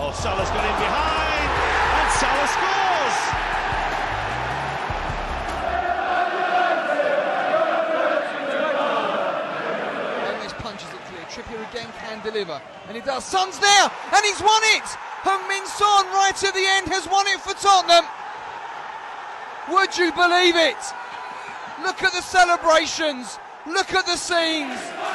Oh, Salah's got in behind, and Salah scores! Gomez punches it clear. Trippier again can deliver, and he does. Son's there, and he's won it. Heung-min Son, right at the end, has won it for Tottenham. Would you believe it? Look at the celebrations. Look at the scenes.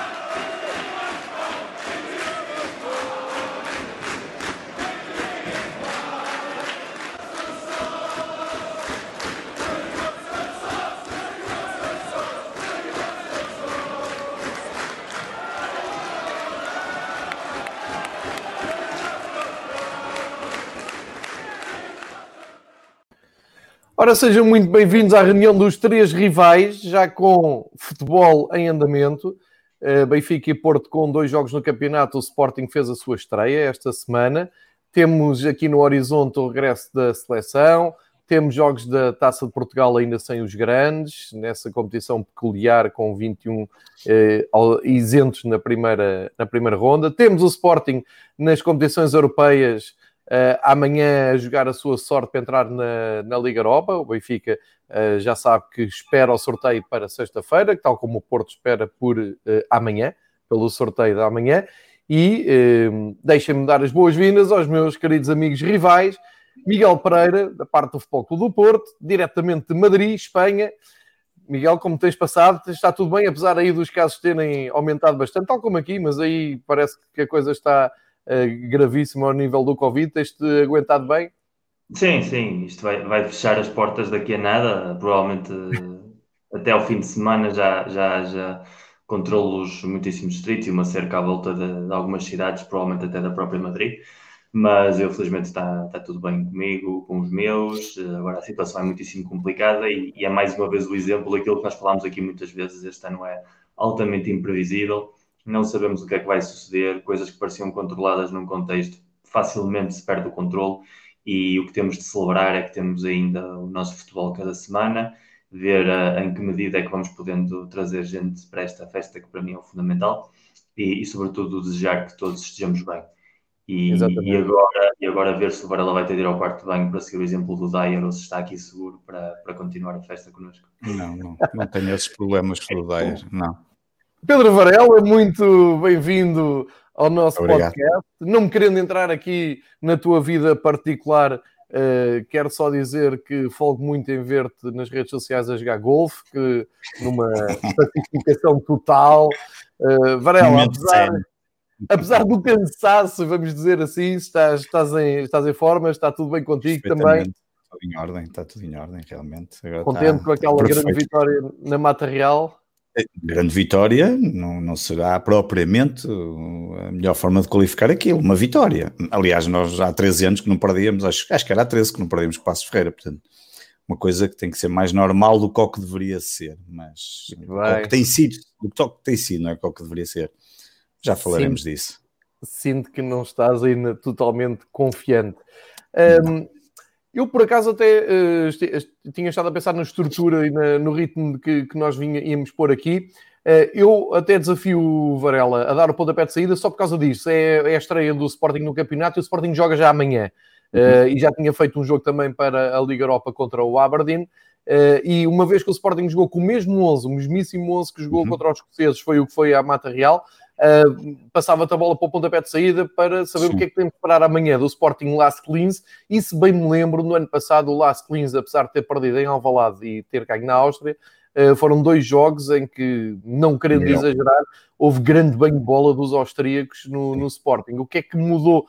Ora, sejam muito bem-vindos à reunião dos três rivais, já com futebol em andamento. Benfica e Porto com 2 jogos no campeonato, o Sporting fez a sua estreia esta semana. Temos aqui no horizonte o regresso da seleção, temos jogos da Taça de Portugal ainda sem os grandes, nessa competição peculiar com 21 isentos na primeira ronda. Temos o Sporting nas competições europeias, amanhã a jogar a sua sorte para entrar na Liga Europa. O Benfica já sabe que espera o sorteio para sexta-feira, tal como o Porto espera por amanhã, pelo sorteio de amanhã. E deixem-me dar as boas-vindas aos meus queridos amigos rivais. Miguel Pereira, da parte do Futebol Clube do Porto, diretamente de Madrid, Espanha. Miguel, como tens passado? Está tudo bem, apesar aí dos casos terem aumentado bastante, tal como aqui, mas aí parece que a coisa está gravíssimo ao nível do Covid. Tens-te aguentado bem? Sim, isto vai fechar as portas daqui a nada, provavelmente até ao fim de semana já controlos muitíssimo estritos e uma cerca à volta de algumas cidades, provavelmente até da própria Madrid, mas eu felizmente está tudo bem comigo, com os meus. Agora a situação é muitíssimo complicada e é mais uma vez o exemplo daquilo que nós falámos aqui muitas vezes. Este ano é altamente imprevisível. Não sabemos o que é que vai suceder, coisas que pareciam controladas num contexto facilmente se perde o controle, e o que temos de celebrar é que temos ainda o nosso futebol cada semana, ver em que medida é que vamos podendo trazer gente para esta festa, que para mim é o fundamental, e sobretudo desejar que todos estejamos bem. E agora ver se o Varela vai ter de ir ao quarto de banho para seguir o exemplo do Dyer, ou se está aqui seguro para continuar a festa connosco. Não tenho esses problemas com o Dyer, não. Pedro Varela, muito bem-vindo ao nosso Obrigado. podcast. Não me querendo entrar aqui na tua vida particular, quero só dizer que folgo muito em ver-te nas redes sociais a jogar golfe, que numa pacificação total. Varela, apesar do cansaço, vamos dizer assim, estás em forma, está tudo bem contigo também? Está tudo em ordem, realmente. Agora contente com aquela grande vitória na Mata Real? Grande vitória não será propriamente a melhor forma de qualificar aquilo, uma vitória. Aliás, nós há 13 anos que não perdíamos, acho que era há 13 que não perdíamos com o Passos Ferreira, portanto, uma coisa que tem que ser mais normal do que o que deveria ser, mas o que tem sido, não é o que deveria ser. Já falaremos disso. Sinto que não estás ainda totalmente confiante. Eu, por acaso, até tinha estado a pensar na estrutura e no ritmo que nós íamos pôr aqui. Eu até desafio o Varela a dar o pontapé de saída só por causa disso. É a estreia do Sporting no campeonato e o Sporting joga já amanhã. E já tinha feito um jogo também para a Liga Europa contra o Aberdeen. E uma vez que o Sporting jogou com o mesmo 11, o mesmíssimo 11 que jogou contra os escoceses, foi o que foi à Mata Real, passava-te a bola para o pontapé de saída para saber o que é que tem de esperar amanhã do Sporting Lask Linz. E se bem me lembro, no ano passado o Lask Linz, apesar de ter perdido em Alvalade e ter ganho na Áustria, foram 2 jogos em que, não querendo exagerar, houve grande banho de bola dos austríacos no Sporting. O que é que mudou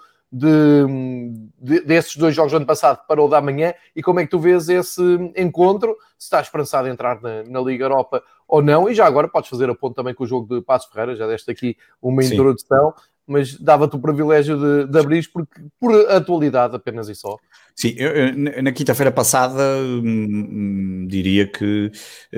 desses 2 jogos do ano passado para o da amanhã, e como é que tu vês esse encontro, se estás esperançado a entrar na Liga Europa ou não? E já agora podes fazer a ponto também com o jogo de Passos Ferreira, já deste aqui uma introdução, mas dava-te o privilégio de abrir por atualidade apenas e só. Sim, eu na quinta-feira passada diria que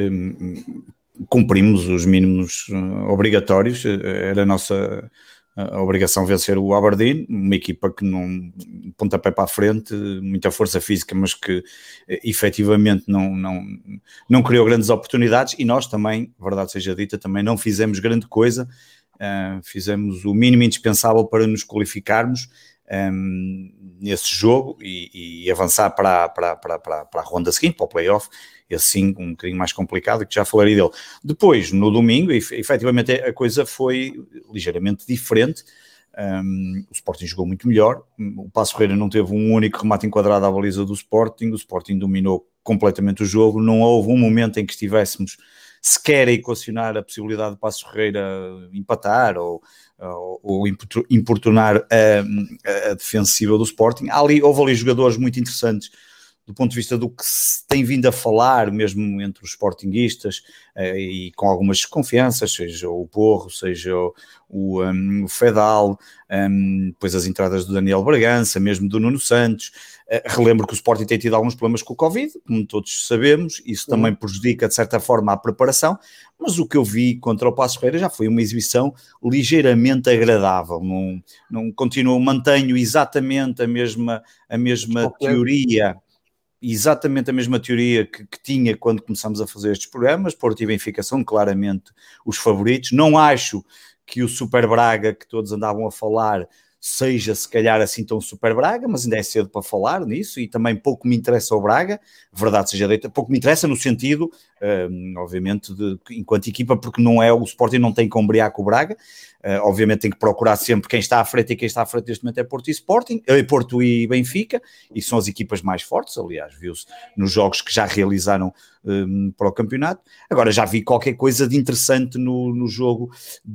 cumprimos os mínimos obrigatórios. Era a nossa obrigação vencer o Aberdeen, uma equipa que não pontapé para a frente, muita força física, mas que efetivamente não criou grandes oportunidades, e nós também, verdade seja dita, também não fizemos grande coisa. Fizemos o mínimo indispensável para nos qualificarmos, nesse jogo e avançar para a ronda seguinte, para o play-off, esse sim, um bocadinho mais complicado, que já falarei dele. Depois, no domingo, efetivamente a coisa foi ligeiramente diferente. O Sporting jogou muito melhor, o Paços Ferreira não teve um único remate enquadrado à baliza do Sporting, o Sporting dominou completamente o jogo, não houve um momento em que estivéssemos sequer a equacionar a possibilidade de Paços Ferreira empatar ou importunar a defensiva do Sporting. Houve ali jogadores muito interessantes do ponto de vista do que se tem vindo a falar, mesmo entre os sportinguistas, e com algumas desconfianças, seja o Porro, seja o Fedal, depois as entradas do Daniel Bragança, mesmo do Nuno Santos. Relembro que o Sporting tem tido alguns problemas com o Covid, como todos sabemos, isso também prejudica de certa forma a preparação, mas o que eu vi contra o Paços Ferreira já foi uma exibição ligeiramente agradável. Mantenho exatamente a mesma teoria, exatamente a mesma teoria que tinha quando começamos a fazer estes programas. Porto e Benfica são claramente os favoritos. Não acho que o Super Braga, que todos andavam a falar, seja se calhar assim tão Super Braga, mas ainda é cedo para falar nisso, e também pouco me interessa o Braga, verdade seja dita, pouco me interessa no sentido, obviamente, enquanto equipa, porque não é, o Sporting não tem que ombrear com o Braga, obviamente tem que procurar sempre quem está à frente, e quem está à frente neste momento é Porto e Sporting, Porto e Benfica, e são as equipas mais fortes, aliás, viu-se nos jogos que já realizaram para o campeonato. Agora já vi qualquer coisa de interessante no jogo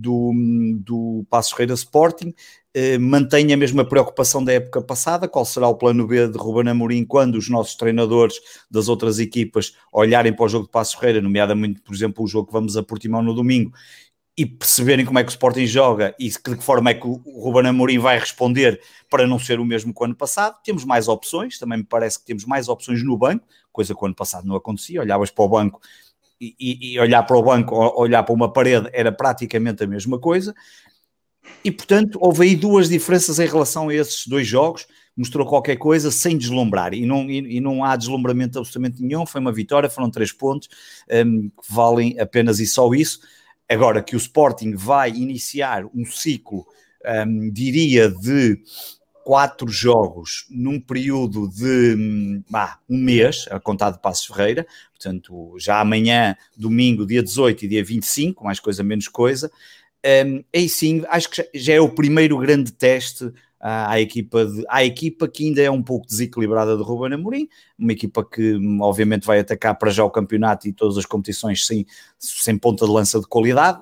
do Paços Ferreira Sporting. Mantenho a mesma preocupação da época passada. Qual será o plano B de Ruben Amorim quando os nossos treinadores das outras equipas olharem para o jogo de Paços Ferreira, nomeadamente, por exemplo, o jogo que vamos a Portimão no domingo, e perceberem como é que o Sporting joga e de que forma é que o Ruben Amorim vai responder para não ser o mesmo que o ano passado. Temos mais opções, também me parece que temos mais opções no banco, coisa que o ano passado não acontecia. Olhavas para o banco e olhar para o banco, olhar para uma parede, era praticamente a mesma coisa. E, portanto, houve aí duas diferenças em relação a esses dois jogos. Mostrou qualquer coisa sem deslumbrar, e não há deslumbramento absolutamente nenhum. Foi uma vitória, foram 3 pontos, que valem apenas e só isso. Agora que o Sporting vai iniciar um ciclo, diria, de 4 jogos num período de um mês, a contar de Paços Ferreira, portanto, já amanhã, domingo, dia 18 e dia 25, mais coisa, menos coisa. Aí sim, acho que já é o primeiro grande teste à equipa que ainda é um pouco desequilibrada de Ruben Amorim, uma equipa que obviamente vai atacar para já o campeonato e todas as competições sem ponta de lança de qualidade,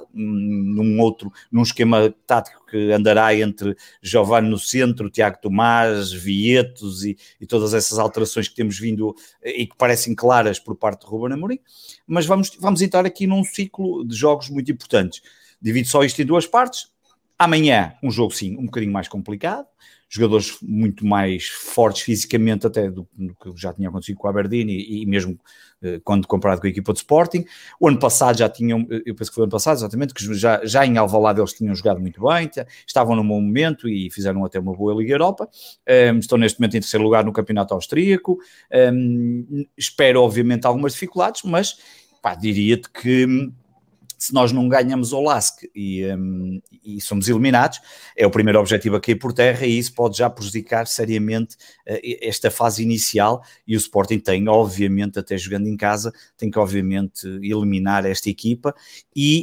num esquema tático que andará entre Giovanni no centro, Tiago Tomás, Vietos e todas essas alterações que temos vindo e que parecem claras por parte de Ruben Amorim, mas vamos entrar aqui num ciclo de jogos muito importantes. Divido só isto em 2 partes. Amanhã, um jogo sim, um bocadinho mais complicado, jogadores muito mais fortes fisicamente até do que já tinha acontecido com o Aberdeen e mesmo quando comparado com a equipa de Sporting. O ano passado já tinham, eu penso que foi o ano passado exatamente, que já em Alvalade eles tinham jogado muito bem, estavam num bom momento e fizeram até uma boa Liga Europa. Estão neste momento em 3º lugar no campeonato austríaco. Espero obviamente algumas dificuldades, mas diria-te que se nós não ganhamos ao LASK e somos eliminados, é o primeiro objetivo a cair por terra, e isso pode já prejudicar seriamente esta fase inicial, e o Sporting tem, obviamente, até jogando em casa, tem que, obviamente, eliminar esta equipa e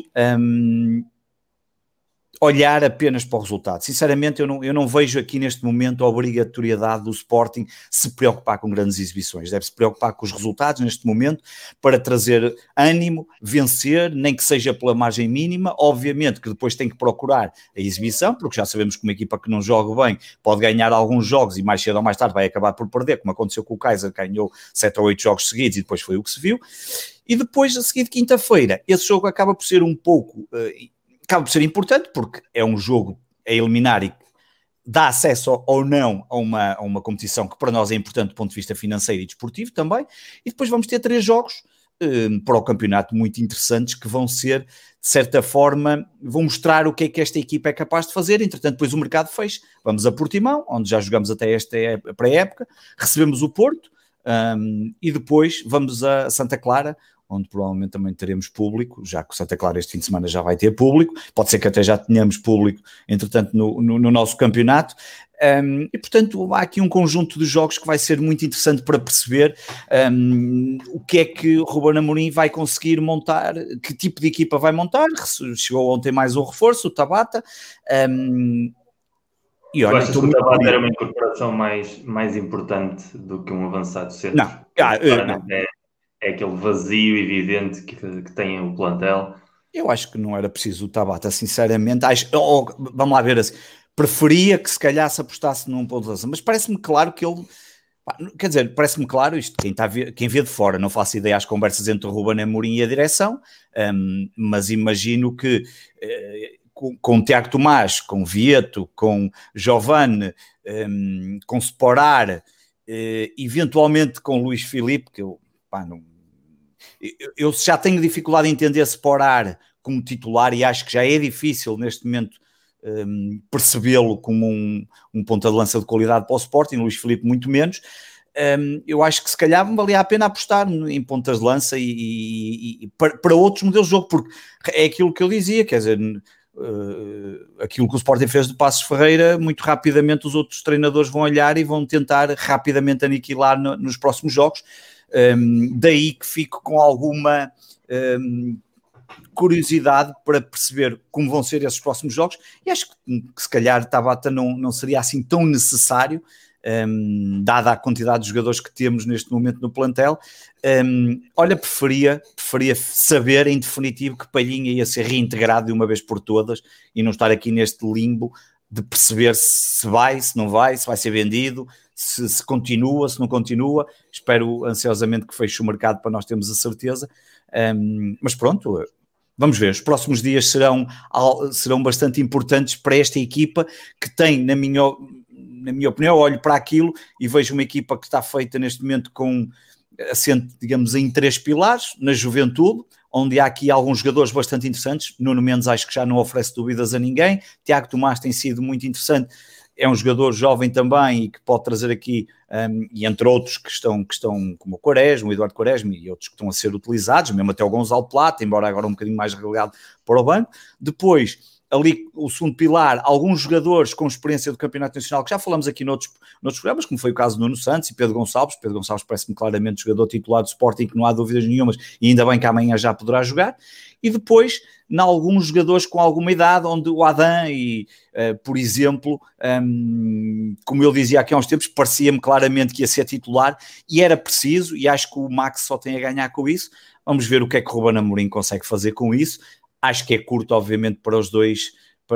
olhar apenas para o resultado. Sinceramente, eu não vejo aqui neste momento a obrigatoriedade do Sporting se preocupar com grandes exibições. Deve-se preocupar com os resultados neste momento para trazer ânimo, vencer, nem que seja pela margem mínima. Obviamente que depois tem que procurar a exibição, porque já sabemos que uma equipa que não joga bem pode ganhar alguns jogos e mais cedo ou mais tarde vai acabar por perder, como aconteceu com o Kaiser, que ganhou 7 ou 8 jogos seguidos e depois foi o que se viu. E depois, a seguir de quinta-feira, esse jogo acaba por ser acaba por ser importante, porque é um jogo a eliminar e dá acesso ou não a uma competição que para nós é importante do ponto de vista financeiro e desportivo também. E depois vamos ter 3 jogos para o campeonato muito interessantes, que vão ser, de certa forma, vão mostrar o que é que esta equipa é capaz de fazer. Entretanto, depois o mercado fecha. Vamos a Portimão, onde já jogamos até esta pré-época, recebemos o Porto, e depois vamos a Santa Clara, onde provavelmente também teremos público, já que o Santa Clara este fim de semana já vai ter público, pode ser que até já tenhamos público, entretanto, no nosso campeonato. E portanto há aqui um conjunto de jogos que vai ser muito interessante para perceber o que é que o Ruben Amorim vai conseguir montar, que tipo de equipa vai montar. Chegou ontem mais um reforço, o Tabata, e olha, achas que o Tabata era uma incorporação mais importante do que um avançado centro? Não, é aquele vazio evidente que tem o plantel. Eu acho que não era preciso o Tabata, sinceramente. Vamos lá ver assim. Preferia que se calhar se apostasse num ponto de lança, mas parece-me claro que ele... Quer dizer, parece-me claro isto, quem vê de fora, não faço ideia às conversas entre o Ruben Amorim e a direção, mas imagino que com Tiago Tomás, com Vieto, com Giovane, com Sporar, eventualmente com Luís Filipe, que eu já tenho dificuldade em entender Sporar como titular e acho que já é difícil neste momento percebê-lo como um ponta de lança de qualidade para o Sporting, Luís Filipe muito menos. Eu acho que se calhar valia a pena apostar em pontas de lança e para outros modelos de jogo, porque é aquilo que eu dizia, quer dizer, aquilo que o Sporting fez do Passos Ferreira, muito rapidamente os outros treinadores vão olhar e vão tentar rapidamente aniquilar nos próximos jogos. Daí que fico com alguma curiosidade para perceber como vão ser esses próximos jogos, e acho que se calhar Tabata não seria assim tão necessário, dada a quantidade de jogadores que temos neste momento no plantel. Preferia saber em definitivo que Palhinha ia ser reintegrado de uma vez por todas e não estar aqui neste limbo de perceber se vai, se não vai, se vai ser vendido, se continua, se não continua. Espero ansiosamente que feche o mercado para nós termos a certeza, mas pronto, vamos ver. Os próximos dias serão bastante importantes para esta equipa que tem, na minha opinião, olho para aquilo e vejo uma equipa que está feita neste momento com assento, digamos, em 3 pilares, na juventude, onde há aqui alguns jogadores bastante interessantes. Nuno Mendes acho que já não oferece dúvidas a ninguém. Tiago Tomás tem sido muito interessante, é um jogador jovem também e que pode trazer aqui, e entre outros que estão como o Quaresma, o Eduardo Quaresma e outros que estão a ser utilizados, mesmo até o Gonçalo Plata, embora agora um bocadinho mais relegado para o banco. Depois, ali o segundo pilar, alguns jogadores com experiência do Campeonato Nacional, que já falamos aqui noutros programas, como foi o caso de Nuno Santos e Pedro Gonçalves. Pedro Gonçalves parece-me claramente jogador titular do Sporting, que não há dúvidas nenhumas, e ainda bem que amanhã já poderá jogar. E depois, em alguns jogadores com alguma idade, onde o Adam, por exemplo, como eu dizia aqui há uns tempos, parecia-me claramente que ia ser titular, e era preciso, e acho que o Max só tem a ganhar com isso. Vamos ver o que é que o Ruben Amorim consegue fazer com isso. Acho que é curto, obviamente, para os dois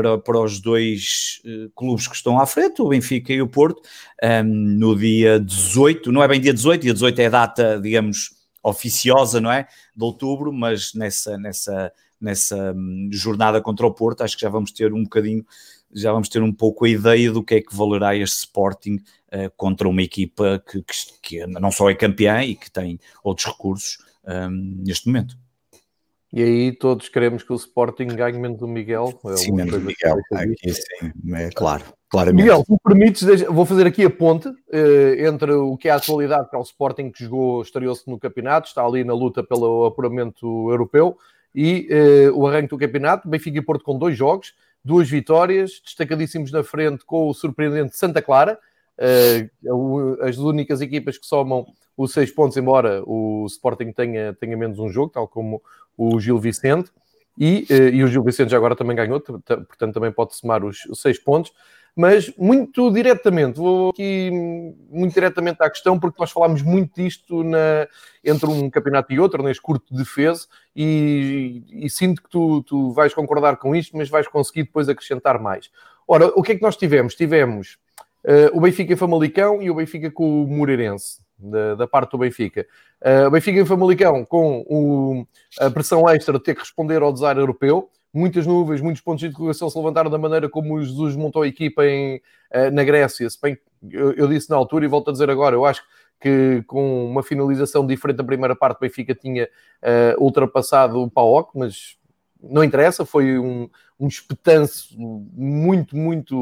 clubes que estão à frente, o Benfica e o Porto, no dia 18, não é bem dia 18, dia 18 é a data, digamos, oficiosa, não é? De outubro, mas nessa jornada contra o Porto, acho que já vamos ter um pouco a ideia do que é que valerá este Sporting contra uma equipa que não só é campeã e que tem outros recursos neste momento. E aí todos queremos que o Sporting ganhe menos o Miguel. Sim, menos o Miguel. Aqui sim, é claro, claramente. Miguel, se me permites, vou fazer aqui a ponte entre o que é a atualidade, que é o Sporting que estreou-se no campeonato, está ali na luta pelo apuramento europeu, e o arranque do campeonato. Benfica e Porto com 2 jogos, 2 vitórias, destacadíssimos na frente com o surpreendente Santa Clara, as únicas equipas que somam os 6 pontos, embora o Sporting tenha menos um jogo, tal como o Gil Vicente, e o Gil Vicente já agora também ganhou, portanto também pode somar os 6 pontos. Mas muito diretamente, vou aqui muito diretamente à questão, porque nós falámos muito disto entre um campeonato e outro, neste curto defeso, e sinto que tu vais concordar com isto, mas vais conseguir depois acrescentar mais. Ora, o que é que nós tivemos? Tivemos o Benfica em Famalicão e o Benfica com o Moreirense, da parte do Benfica. O Benfica em Famalicão com a pressão extra de ter que responder ao desaire europeu. Muitas nuvens, muitos pontos de interrogação se levantaram da maneira como o Jesus montou a equipa na Grécia. Se bem que eu disse na altura e volto a dizer agora, eu acho que com uma finalização diferente da primeira parte, o Benfica tinha ultrapassado o PAOK, mas não interessa, foi um espetanço muito, muito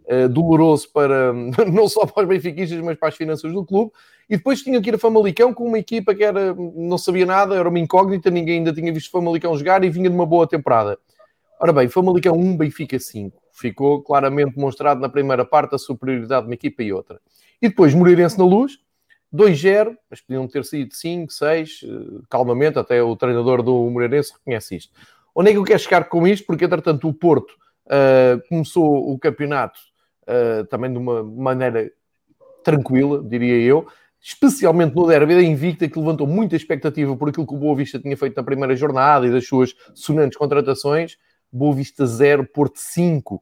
doloroso para, não só para os benfiquistas, mas para as finanças do clube. E depois tinha que ir a Famalicão com uma equipa que era, não sabia nada, era uma incógnita, ninguém ainda tinha visto Famalicão jogar e vinha de uma boa temporada. Ora bem, Famalicão 1, Benfica 5. Ficou claramente demonstrado na primeira parte a superioridade de uma equipa e outra. E depois Moreirense na Luz, 2-0, mas podiam ter sido 5, 6, calmamente, até o treinador do Moreirense reconhece isto. Onde é que eu quero chegar com isto? Porque, entretanto, o Porto começou o campeonato também de uma maneira tranquila, diria eu, especialmente no derby da Invicta, que levantou muita expectativa por aquilo que o Boa Vista tinha feito na primeira jornada e das suas sonantes contratações. Boa Vista 0, Porto 5.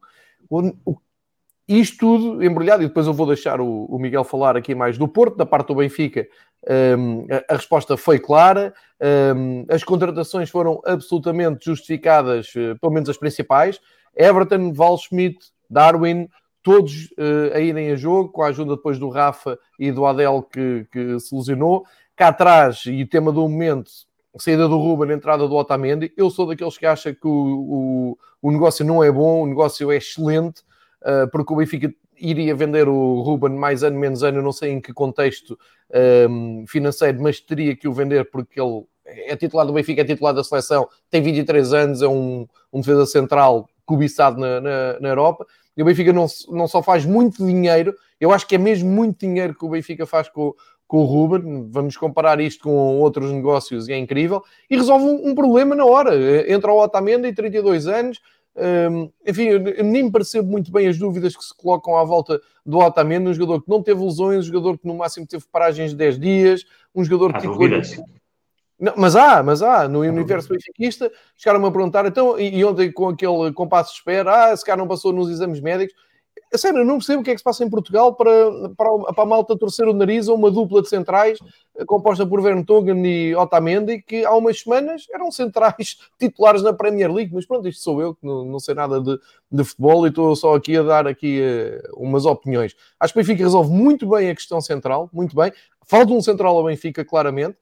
Isto tudo embrulhado, e depois eu vou deixar o Miguel falar aqui mais do Porto, da parte do Benfica. A resposta foi clara, as contratações foram absolutamente justificadas, pelo menos as principais. Everton, Waldschmidt, Darwin, todos a irem a jogo, com a ajuda depois do Rafa e do Adel que se lesionou. Cá atrás, e o tema do momento, a saída do Ruben, a entrada do Otamendi. Eu sou daqueles que acham que o negócio não é bom, o negócio é excelente, porque o Benfica iria vender o Ruben mais ano, menos ano, eu não sei em que contexto financeiro, mas teria que o vender porque ele é titular do Benfica, é titular da seleção, tem 23 anos, é um defesa central cobiçado na Europa, e o Benfica não só faz muito dinheiro, eu acho que é mesmo muito dinheiro que o Benfica faz com o Ruben, vamos comparar isto com outros negócios e é incrível, e resolve um problema na hora. Entra o Otamendi, 32 anos, enfim, eu nem percebo muito bem as dúvidas que se colocam à volta do Otamendi, um jogador que não teve lesões, um jogador que no máximo teve paragens de 10 dias, um jogador que... Não, mas há, no universo benfiquista, chegaram-me a perguntar, então, e ontem com aquele compasso de espera, se cá não passou nos exames médicos. A sério, eu não percebo o que é que se passa em Portugal para a malta torcer o nariz a uma dupla de centrais composta por Vertonghen e Otamendi, que há umas semanas eram centrais titulares na Premier League. Mas pronto, isto sou eu, que não sei nada de futebol e estou só aqui a dar aqui umas opiniões. Acho que o Benfica resolve muito bem a questão central, muito bem. Falta um central ao Benfica, claramente.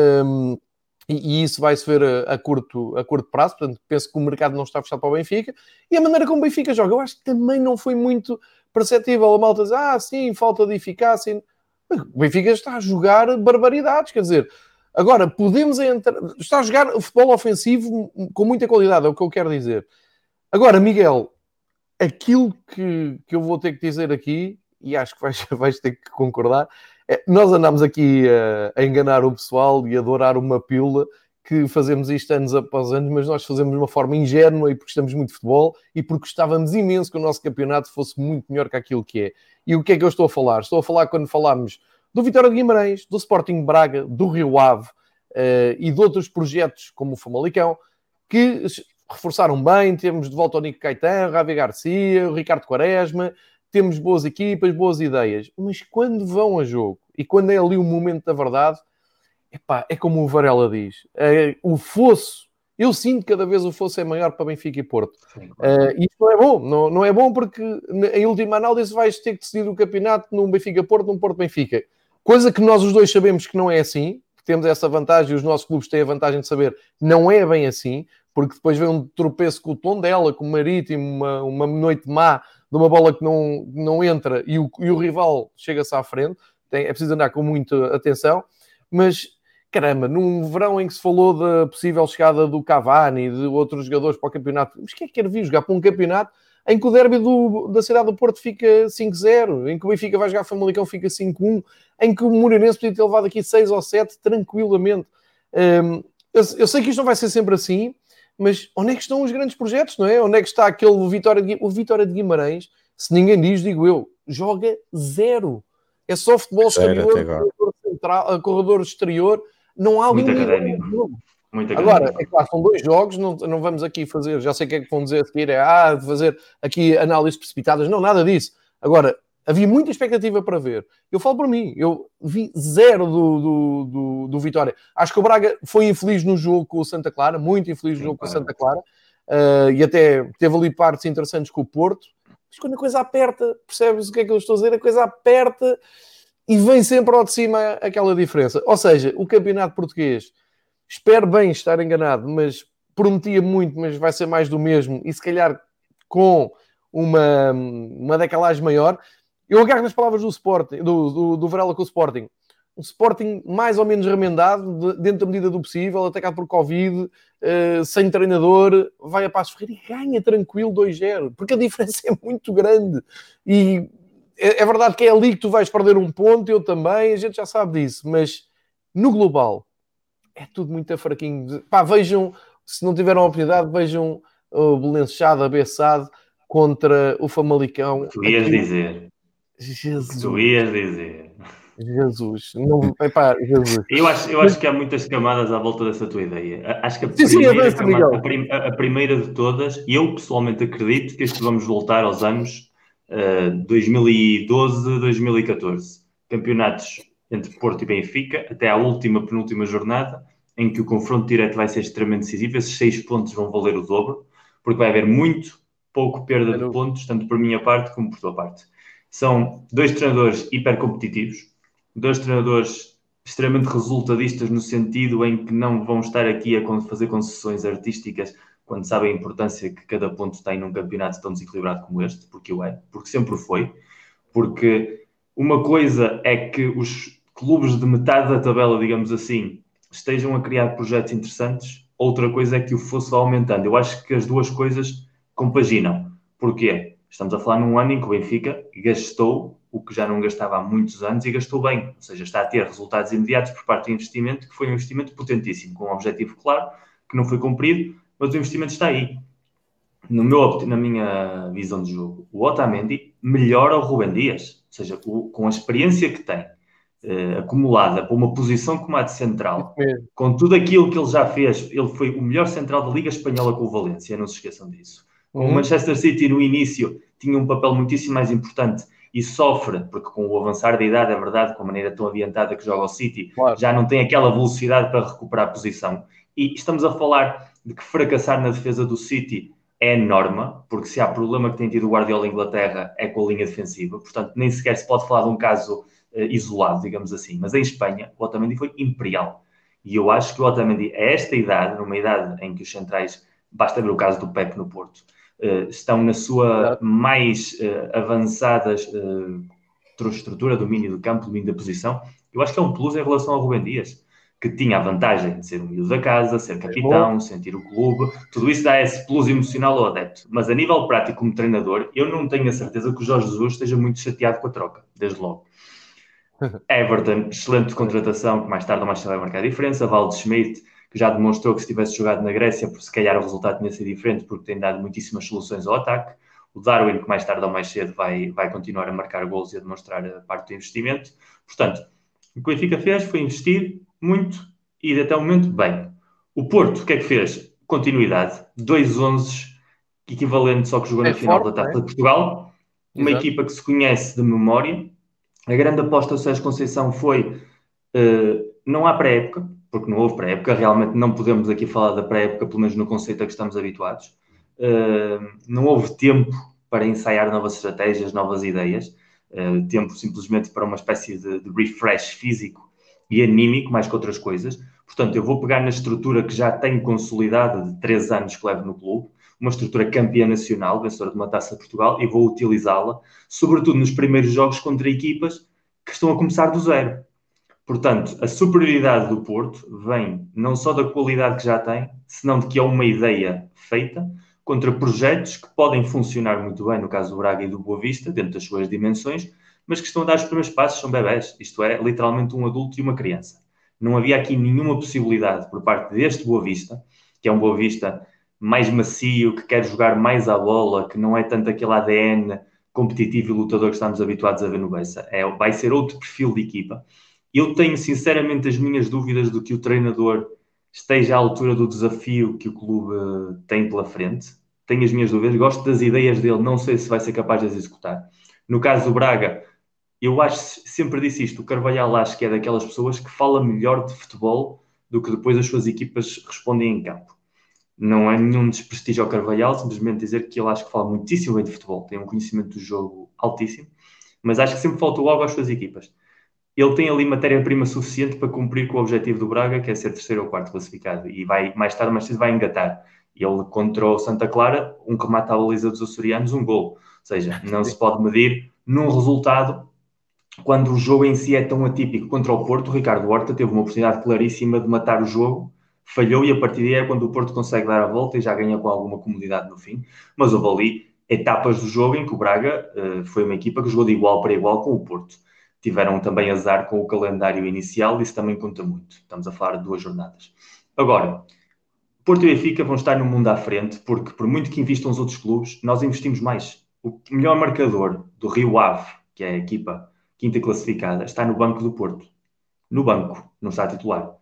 E isso vai-se ver a curto prazo, portanto penso que o mercado não está fechado para o Benfica, e a maneira como o Benfica joga, eu acho que também não foi muito perceptível. A malta diz, sim, falta de eficácia. O Benfica está a jogar barbaridades, quer dizer, agora podemos entrar, está a jogar futebol ofensivo com muita qualidade, é o que eu quero dizer. Agora, Miguel, aquilo que eu vou ter que dizer aqui, e acho que vais ter que concordar, nós andamos aqui a enganar o pessoal e a adorar uma pílula, que fazemos isto anos após anos, mas nós fazemos de uma forma ingênua e porque estamos muito de futebol e porque gostávamos imenso que o nosso campeonato fosse muito melhor que aquilo que é. E o que é que eu estou a falar? Estou a falar quando falámos do Vitória de Guimarães, do Sporting Braga, do Rio Ave e de outros projetos como o Famalicão, que reforçaram bem. Temos de volta o Nico Caetano, Ravi Garcia, o Ricardo Quaresma, temos boas equipas, boas ideias, mas quando vão a jogo e quando é ali o momento da verdade, é como o Varela diz, o fosso, eu sinto cada vez o fosso é maior para Benfica e Porto. E isso não é bom, não é bom, porque em última análise vais ter que decidir o campeonato num Benfica-Porto, num Porto-Benfica. Coisa que nós os dois sabemos que não é assim, que temos essa vantagem, e os nossos clubes têm a vantagem de saber, não é bem assim, porque depois vem um tropeço com o Tondela, com o Marítimo, uma noite má, de uma bola que não entra e o rival chega-se à frente. É preciso andar com muita atenção. Mas, caramba, num verão em que se falou da possível chegada do Cavani e de outros jogadores para o campeonato, mas quem é que quer vir jogar para um campeonato em que o derby da cidade do Porto fica 5-0, em que o Benfica vai jogar Famalicão fica 5-1, em que o Moreirense podia ter levado aqui 6 ou 7 tranquilamente. Eu sei que isto não vai ser sempre assim, mas onde é que estão os grandes projetos, não é? Onde é que está aquele Vitória de Guimarães? Se ninguém diz, digo eu, joga 0. É só futebol exterior, corredor exterior. Não há ali Agora, é claro, são 2 jogos, não vamos aqui fazer, já sei o que é que vão dizer a seguir, fazer aqui análises precipitadas. Não, nada disso. Agora, havia muita expectativa para ver. Eu falo por mim, eu vi 0 do Vitória. Acho que o Braga foi infeliz no jogo com o Santa Clara, muito infeliz no jogo com o Santa Clara, e até teve ali partes interessantes com o Porto. Mas quando a coisa aperta, percebes o que é que eu estou a dizer? A coisa aperta e vem sempre ao de cima aquela diferença. Ou seja, o campeonato português, espero bem estar enganado, mas prometia muito, mas vai ser mais do mesmo. E se calhar com uma decalagem maior. Eu agarro nas palavras do Sporting, do Varela com o Sporting. Um Sporting mais ou menos remendado, dentro da medida do possível, atacado por Covid, sem treinador, vai a Passos Ferreira e ganha tranquilo 2-0, porque a diferença é muito grande. E é verdade que é ali que tu vais perder um ponto, eu também, a gente já sabe disso, mas no global é tudo muito fraquinho. Pá, vejam, se não tiveram a oportunidade, vejam o Belençado, a Bessade contra o Famalicão. Tu ias dizer. Jesus. Tu ias dizer. Jesus. Não, epá, Jesus. Eu acho que há muitas camadas à volta dessa tua ideia. Acho que a primeira de todas, e eu pessoalmente acredito que vamos voltar aos anos 2012, 2014. Campeonatos entre Porto e Benfica, até à penúltima jornada, em que o confronto direto vai ser extremamente decisivo. Esses 6 pontos vão valer o dobro, porque vai haver muito pouco perda de pontos, tanto por minha parte como por tua parte. São 2 treinadores hiper competitivos, 2 treinadores extremamente resultadistas no sentido em que não vão estar aqui a fazer concessões artísticas quando sabem a importância que cada ponto tem num campeonato tão desequilibrado como este, porque porque sempre foi. Porque uma coisa é que os clubes de metade da tabela, digamos assim, estejam a criar projetos interessantes, outra coisa é que o fosso vá aumentando. Eu acho que as duas coisas compaginam. Porquê? Estamos a falar num ano em que o Benfica gastou o que já não gastava há muitos anos e gastou bem. Ou seja, está a ter resultados imediatos por parte do investimento, que foi um investimento potentíssimo, com um objetivo claro, que não foi cumprido, mas o investimento está aí. Na minha visão de jogo, o Otamendi melhora o Rúben Dias. Ou seja, com a experiência que tem, acumulada para uma posição como a de central, com tudo aquilo que ele já fez, ele foi o melhor central da Liga Espanhola com o Valência, não se esqueçam disso. Com o Manchester City no início tinha um papel muitíssimo mais importante e sofre, porque com o avançar da idade, é verdade, com a maneira tão adiantada que joga o City, claro, já não tem aquela velocidade para recuperar a posição. E estamos a falar de que fracassar na defesa do City é norma, porque se há problema que tem tido o Guardiola em Inglaterra é com a linha defensiva, portanto nem sequer se pode falar de um caso isolado, digamos assim. Mas em Espanha o Otamendi foi imperial. E eu acho que o Otamendi, a esta idade, numa idade em que os centrais, basta ver o caso do Pep no Porto, estão na sua mais avançada estrutura, domínio do campo, domínio da posição, eu acho que é um plus em relação ao Rúben Dias, que tinha a vantagem de ser o miúdo da casa, ser capitão, sentir o clube, tudo isso dá esse plus emocional ao adepto. Mas a nível prático, como treinador, eu não tenho a certeza que o Jorge Jesus esteja muito chateado com a troca, desde logo. Everton, excelente contratação, que mais tarde ou mais cedo vai marcar a diferença. Waldschmidt, que já demonstrou que se tivesse jogado na Grécia, se calhar o resultado tinha sido diferente, porque tem dado muitíssimas soluções ao ataque. O Darwin, que mais tarde ou mais cedo vai continuar a marcar golos e a demonstrar a parte do investimento. Portanto, o que o Benfica fez foi investir muito e até o momento bem. O Porto, o que é que fez? Continuidade. 2-11 equivalente, só que jogou na final da Taça de Portugal. Uma equipa que se conhece de memória. A grande aposta do Sérgio Conceição foi não há pré-época, porque não houve pré-época, realmente não podemos aqui falar da pré-época, pelo menos no conceito a que estamos habituados. Não houve tempo para ensaiar novas estratégias, novas ideias, tempo simplesmente para uma espécie de refresh físico e anímico, mais que outras coisas. Portanto, eu vou pegar na estrutura que já tenho consolidada de 3 anos que levo no clube, uma estrutura campeã nacional, vencedora de uma Taça de Portugal, e vou utilizá-la, sobretudo nos primeiros jogos contra equipas que estão a começar do zero. Portanto, a superioridade do Porto vem não só da qualidade que já tem, senão de que é uma ideia feita contra projetos que podem funcionar muito bem, no caso do Braga e do Boa Vista, dentro das suas dimensões, mas que estão a dar os primeiros passos, são bebés. Isto é, literalmente um adulto e uma criança. Não havia aqui nenhuma possibilidade por parte deste Boa Vista, que é um Boa Vista mais macio, que quer jogar mais à bola, que não é tanto aquele ADN competitivo e lutador que estamos habituados a ver no Bessa. Vai ser outro perfil de equipa. Eu tenho, sinceramente, as minhas dúvidas do que o treinador esteja à altura do desafio que o clube tem pela frente. Tenho as minhas dúvidas. Gosto das ideias dele, não sei se vai ser capaz de as executar. No caso do Braga, eu sempre disse isto, o Carvalhal acho que é daquelas pessoas que fala melhor de futebol do que depois as suas equipas respondem em campo. Não é nenhum desprestígio ao Carvalhal, simplesmente dizer que ele acho que fala muitíssimo bem de futebol, tem um conhecimento do jogo altíssimo, mas acho que sempre faltou algo às suas equipas. ele tem ali matéria-prima suficiente para cumprir com o objetivo do Braga, que é ser terceiro ou quarto classificado, e vai, mais tarde, mais cedo, vai engatar. E ele, contra o Santa Clara, um remate à baliza dos açorianos, um gol. Ou seja, não se pode medir num resultado quando o jogo em si é tão atípico. Contra o Porto, o Ricardo Horta teve uma oportunidade claríssima de matar o jogo, falhou, e a partir daí é quando o Porto consegue dar a volta e já ganha com alguma comodidade no fim. Mas houve ali etapas do jogo em que o Braga foi uma equipa que jogou de igual para igual com o Porto. Tiveram também azar com o calendário inicial, isso também conta muito. Estamos a falar de 2 jornadas. Agora, Porto e Benfica vão estar no mundo à frente, porque por muito que investam os outros clubes, nós investimos mais. O melhor marcador do Rio Ave, que é a equipa quinta classificada, está no banco do Porto. No banco, não está titular.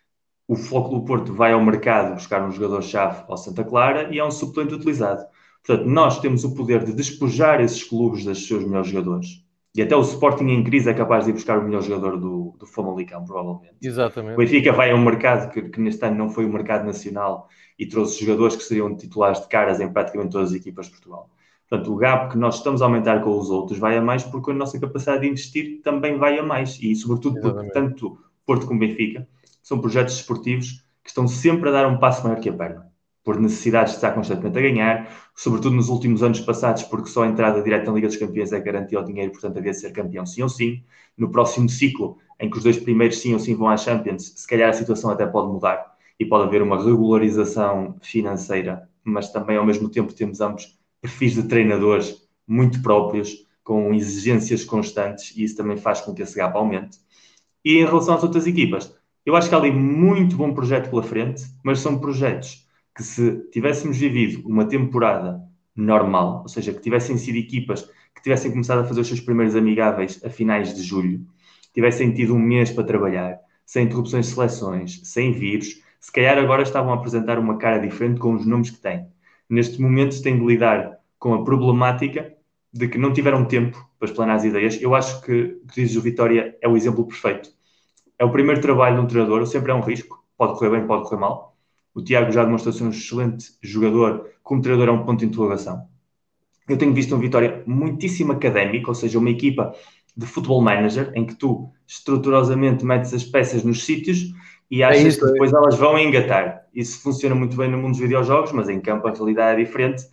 O Foco do Porto vai ao mercado buscar um jogador-chave ao Santa Clara e é um suplente utilizado. Portanto, nós temos o poder de despojar esses clubes dos seus melhores jogadores. E até o Sporting em crise é capaz de ir buscar o melhor jogador do Famalicão, provavelmente. Exatamente. O Benfica vai a um mercado que neste ano não foi o mercado nacional e trouxe jogadores que seriam titulares de caras em praticamente todas as equipas de Portugal. Portanto, o gap que nós estamos a aumentar com os outros vai a mais porque a nossa capacidade de investir também vai a mais. E, sobretudo, porque tanto Porto como Benfica são projetos desportivos que estão sempre a dar um passo maior que a perna, por necessidades de estar constantemente a ganhar, sobretudo nos últimos anos passados, porque só a entrada direta na Liga dos Campeões é garantia ao dinheiro, portanto havia de ser campeão sim ou sim. No próximo ciclo, em que os 2 primeiros sim ou sim vão à Champions, se calhar a situação até pode mudar e pode haver uma regularização financeira, mas também ao mesmo tempo temos ambos perfis de treinadores muito próprios, com exigências constantes, e isso também faz com que esse gap aumente. E em relação às outras equipas, eu acho que há ali muito bom projeto pela frente, mas são projetos que, se tivéssemos vivido uma temporada normal, ou seja, que tivessem sido equipas que tivessem começado a fazer os seus primeiros amigáveis a finais de julho, tivessem tido um mês para trabalhar, sem interrupções de seleções, sem vírus, se calhar agora estavam a apresentar uma cara diferente com os nomes que têm. Neste momento têm de lidar com a problemática de que não tiveram tempo para explanar as ideias. Eu acho que o que diz o Vitória é o exemplo perfeito. É o primeiro trabalho de um treinador, sempre é um risco, pode correr bem, pode correr mal. O Tiago já demonstrou ser um excelente jogador, como treinador é um ponto de interrogação. Eu tenho visto um Vitória muitíssimo académico, ou seja, uma equipa de futebol manager, em que tu estruturosamente metes as peças nos sítios e achas que depois elas vão engatar. Isso funciona muito bem no mundo dos videojogos, mas em campo a realidade é diferente.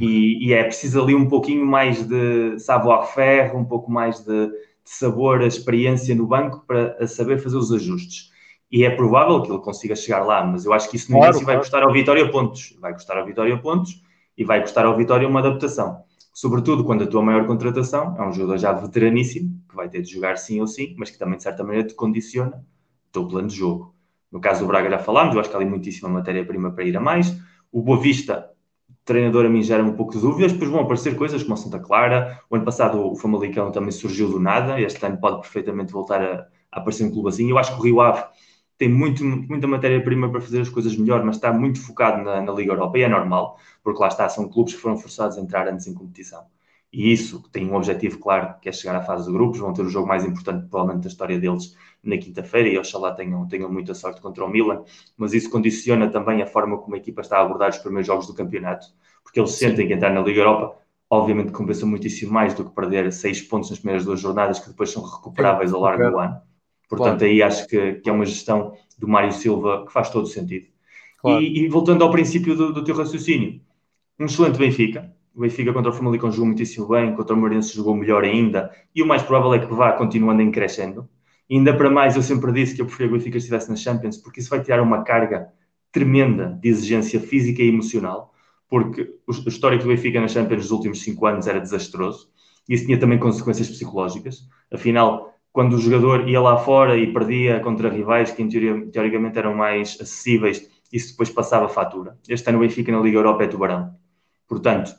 E é preciso ali um pouquinho mais de savoir-faire, um pouco mais de sabor, a experiência no banco para saber fazer os ajustes. E é provável que ele consiga chegar lá, mas eu acho que isso no início vai custar ao Vitória pontos. Vai custar ao Vitória pontos e vai custar ao Vitória uma adaptação. Sobretudo quando a tua maior contratação é um jogador já veteraníssimo, que vai ter de jogar sim ou sim, mas que também de certa maneira te condiciona o teu plano de jogo. No caso do Braga já falámos, eu acho que há ali muitíssima matéria-prima para ir a mais. O Boa Vista, treinador, a mim gera um pouco de dúvidas, depois vão aparecer coisas como o Santa Clara. O ano passado o Famalicão também surgiu do nada, este ano pode perfeitamente voltar a aparecer um clube assim. Eu acho que o Rio Ave tem muita matéria-prima para fazer as coisas melhor, mas está muito focado na Liga Europa, e é normal, porque lá está, são clubes que foram forçados a entrar antes em competição. E isso tem um objetivo claro, que é chegar à fase de grupos, vão ter o jogo mais importante provavelmente da história deles na quinta-feira, e oxalá tenham muita sorte contra o Milan, mas isso condiciona também a forma como a equipa está a abordar os primeiros jogos do campeonato, porque eles sentem que entrar na Liga Europa, obviamente compensa muitíssimo mais do que perder 6 pontos nas primeiras 2 jornadas, que depois são recuperáveis ao largo do ano. Portanto, aí acho que é uma gestão do Mário Silva que faz todo o sentido. Claro. E voltando ao princípio do teu raciocínio, um excelente Benfica. O Benfica contra o Famalicão jogou muitíssimo bem, contra o Moreirense jogou melhor ainda, e o mais provável é que vá continuando em crescendo. E ainda para mais, eu sempre disse que eu preferia que o Benfica estivesse na Champions, porque isso vai tirar uma carga tremenda de exigência física e emocional, porque o histórico do Benfica na Champions nos últimos 5 anos era desastroso, e isso tinha também consequências psicológicas. Afinal, quando o jogador ia lá fora e perdia contra rivais que, em teoria, teoricamente, eram mais acessíveis, isso depois passava fatura. Este ano o Benfica na Liga Europa é tubarão. Portanto,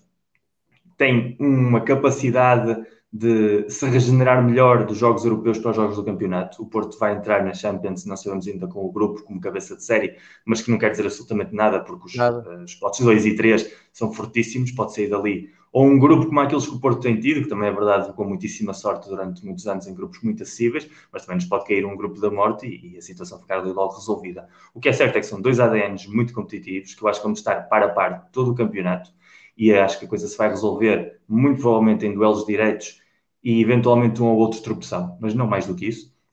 tem uma capacidade de se regenerar melhor dos jogos europeus para os jogos do campeonato. O Porto vai entrar na Champions, não sabemos ainda com o grupo, como cabeça de série, mas que não quer dizer absolutamente nada, porque os potes 2 e 3 são fortíssimos, pode sair dali. Ou um grupo como aqueles que o Porto tem tido, que também é verdade, com muitíssima sorte durante muitos anos em grupos muito acessíveis, mas também nos pode cair um grupo da morte e a situação ficar ali logo resolvida. O que é certo é que são 2 ADNs muito competitivos, que eu acho que vão estar par a par todo o campeonato, e acho que a coisa se vai resolver muito provavelmente em duelos diretos e eventualmente um ou outro tropeção, mas não mais do que isso.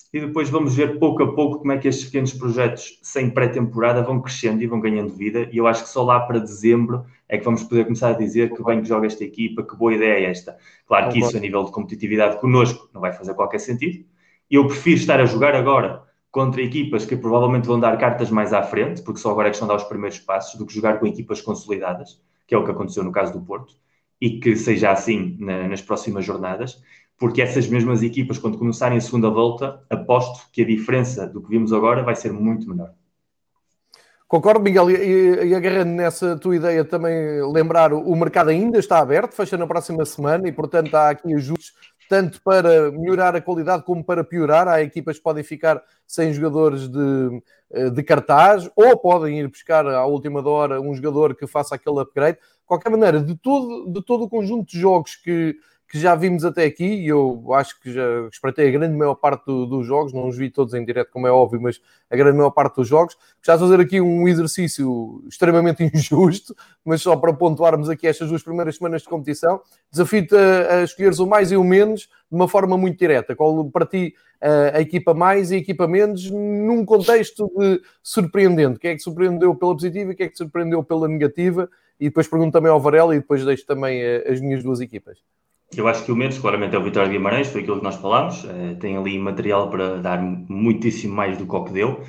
e depois vamos ver pouco a pouco como é que estes pequenos projetos sem pré-temporada vão crescendo e vão ganhando vida, e eu acho que só lá para dezembro é que vamos poder começar a dizer que bem que joga esta equipa, que boa ideia é esta. Claro que isso a nível de competitividade connosco não vai fazer qualquer sentido, e eu prefiro estar a jogar agora contra equipas que provavelmente vão dar cartas mais à frente, porque só agora é questão de dar os primeiros passos, do que jogar com equipas consolidadas, que é o que aconteceu no caso do Porto, e que seja assim nas próximas jornadas, porque essas mesmas equipas, quando começarem a segunda volta, aposto que a diferença do que vimos agora vai ser muito menor. Concordo, Miguel, e agarrando nessa tua ideia também lembrar, o mercado ainda está aberto, fecha na próxima semana e, portanto, há aqui ajustes tanto para melhorar a qualidade como para piorar. Há equipas que podem ficar sem jogadores de cartaz ou podem ir buscar à última hora um jogador que faça aquele upgrade. De qualquer maneira, de todo o conjunto de jogos que já vimos até aqui, e eu acho que já espreitei a grande maior parte dos jogos, não os vi todos em direto, como é óbvio, mas a grande maior parte dos jogos. Já estou a fazer aqui um exercício extremamente injusto, mas só para pontuarmos aqui estas 2 primeiras semanas de competição. Desafio-te a escolheres o mais e o menos de uma forma muito direta. Qual para ti a equipa mais e a equipa menos, num contexto de surpreendente? Quem é que surpreendeu pela positiva e quem é que surpreendeu pela negativa? E depois pergunto também ao Varela e depois deixo também as minhas 2 equipas. Eu acho que o menos, claramente, é o Vitória de Guimarães, foi aquilo que nós falámos. Tem ali material para dar muitíssimo mais do que o que deu.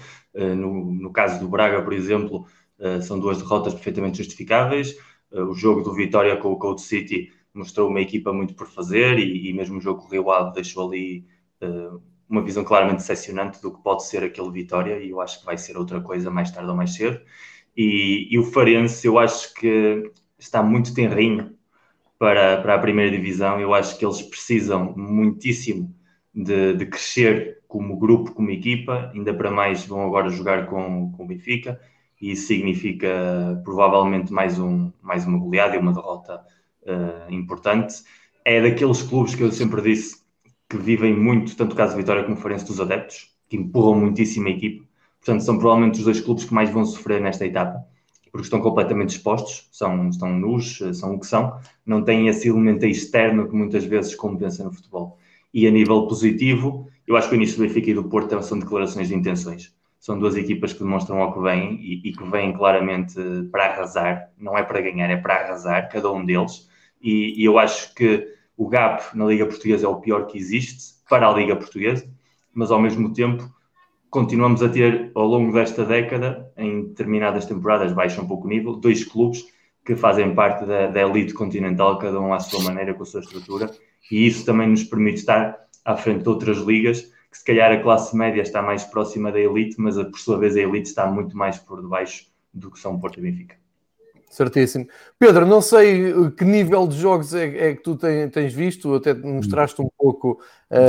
No caso do Braga, por exemplo, são 2 derrotas perfeitamente justificáveis. O jogo do Vitória com o Code City mostrou uma equipa muito por fazer e mesmo o jogo com o Rio Ave deixou ali uma visão claramente decepcionante do que pode ser aquele Vitória, e eu acho que vai ser outra coisa mais tarde ou mais cedo. E o Farense, eu acho que está muito tenrinho para a primeira divisão. Eu acho que eles precisam muitíssimo de crescer como grupo, como equipa, ainda para mais vão agora jogar com o Benfica, e isso significa provavelmente mais uma goleada e uma derrota importante. É daqueles clubes que eu sempre disse que vivem muito, tanto o caso de Vitória como o Farense, dos adeptos, que empurram muitíssimo a equipa. Portanto, são provavelmente os 2 clubes que mais vão sofrer nesta etapa, porque estão completamente expostos, estão nus, são o que são, não têm esse elemento externo que muitas vezes compensa no futebol. E a nível positivo, eu acho que o início do Benfica e do Porto são declarações de intenções. São 2 equipas que demonstram ao que vêm e que vêm claramente para arrasar, não é para ganhar, é para arrasar, cada um deles. E eu acho que o gap na Liga Portuguesa é o pior que existe para a Liga Portuguesa, mas ao mesmo tempo continuamos a ter, ao longo desta década, em determinadas temporadas, baixa um pouco o nível, 2 clubes que fazem parte da elite continental, cada um à sua maneira, com a sua estrutura, e isso também nos permite estar à frente de outras ligas, que se calhar a classe média está mais próxima da elite, mas por sua vez a elite está muito mais por debaixo do que são Porto e Benfica. Certíssimo. Pedro, não sei que nível de jogos é que tu tens visto, até mostraste um pouco...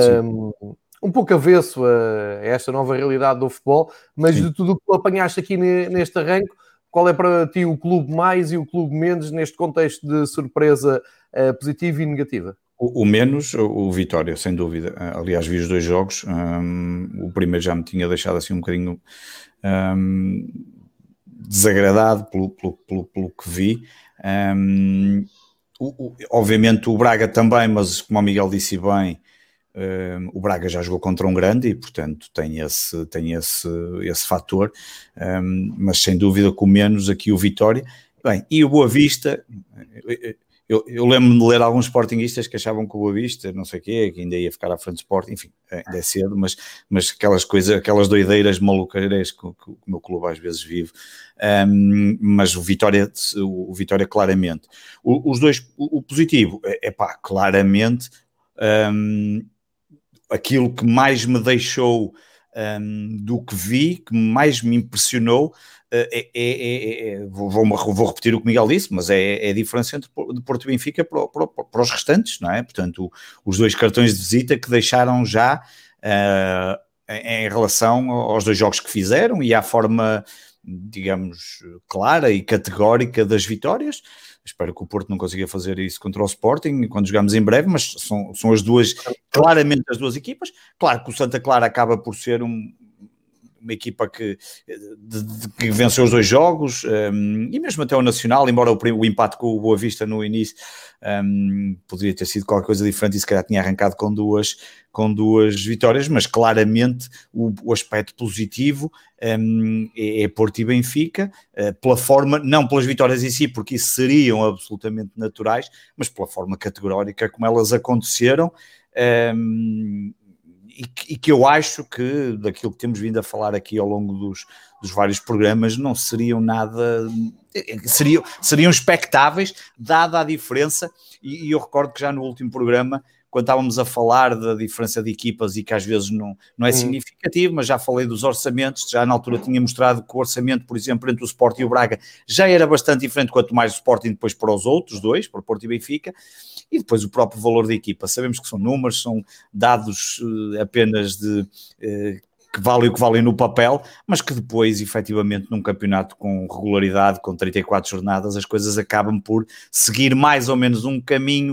um pouco avesso a esta nova realidade do futebol, mas de tudo o que tu apanhaste aqui neste arranque, qual é para ti o clube mais e o clube menos neste contexto de surpresa positiva e negativa? O menos, o Vitória, sem dúvida. Aliás, vi os 2 jogos. O primeiro já me tinha deixado assim um bocadinho desagradado pelo que vi. Obviamente o Braga também, mas como o Miguel disse bem, o Braga já jogou contra um grande e, portanto, tem esse fator, mas sem dúvida com menos aqui o Vitória. Bem, e o Boa Vista, eu lembro-me de ler alguns sportinguistas que achavam que o Boa Vista, não sei o quê, que ainda ia ficar à frente do Sporting, enfim, ainda é cedo, mas aquelas doideiras maluceiras que o meu clube às vezes vive, mas o Vitória claramente. Os 2, o positivo, claramente, aquilo que mais me deixou do que vi, que mais me impressionou, vou repetir o que o Miguel disse, mas é a diferença entre Porto e Benfica para os restantes, não é? Portanto, os 2 cartões de visita que deixaram já em relação aos 2 jogos que fizeram e à forma, digamos, clara e categórica das vitórias. Espero que o Porto não consiga fazer isso contra o Sporting quando jogamos em breve, mas são as 2, claramente as 2 equipas. Claro que o Santa Clara acaba por ser uma equipa que venceu os 2 jogos, e mesmo até o Nacional, embora o empate com o Boa Vista no início poderia ter sido qualquer coisa diferente e se calhar tinha arrancado com duas vitórias, mas claramente o aspecto positivo é Porto e Benfica, pela forma, não pelas vitórias em si, porque isso seriam absolutamente naturais, mas pela forma categórica como elas aconteceram, e que eu acho que, daquilo que temos vindo a falar aqui ao longo dos vários programas, não seriam nada... Seriam expectáveis, dada a diferença, e eu recordo que já no último programa, quando estávamos a falar da diferença de equipas e que às vezes não é significativo, mas já falei dos orçamentos, já na altura tinha mostrado que o orçamento, por exemplo, entre o Sporting e o Braga, já era bastante diferente, quanto mais o Sporting depois para os outros dois, para o Porto e Benfica, e depois o próprio valor da equipa. Sabemos que são números, são dados apenas que valem o que valem no papel, mas que depois, efetivamente, num campeonato com regularidade, com 34 jornadas, as coisas acabam por seguir mais ou menos um caminho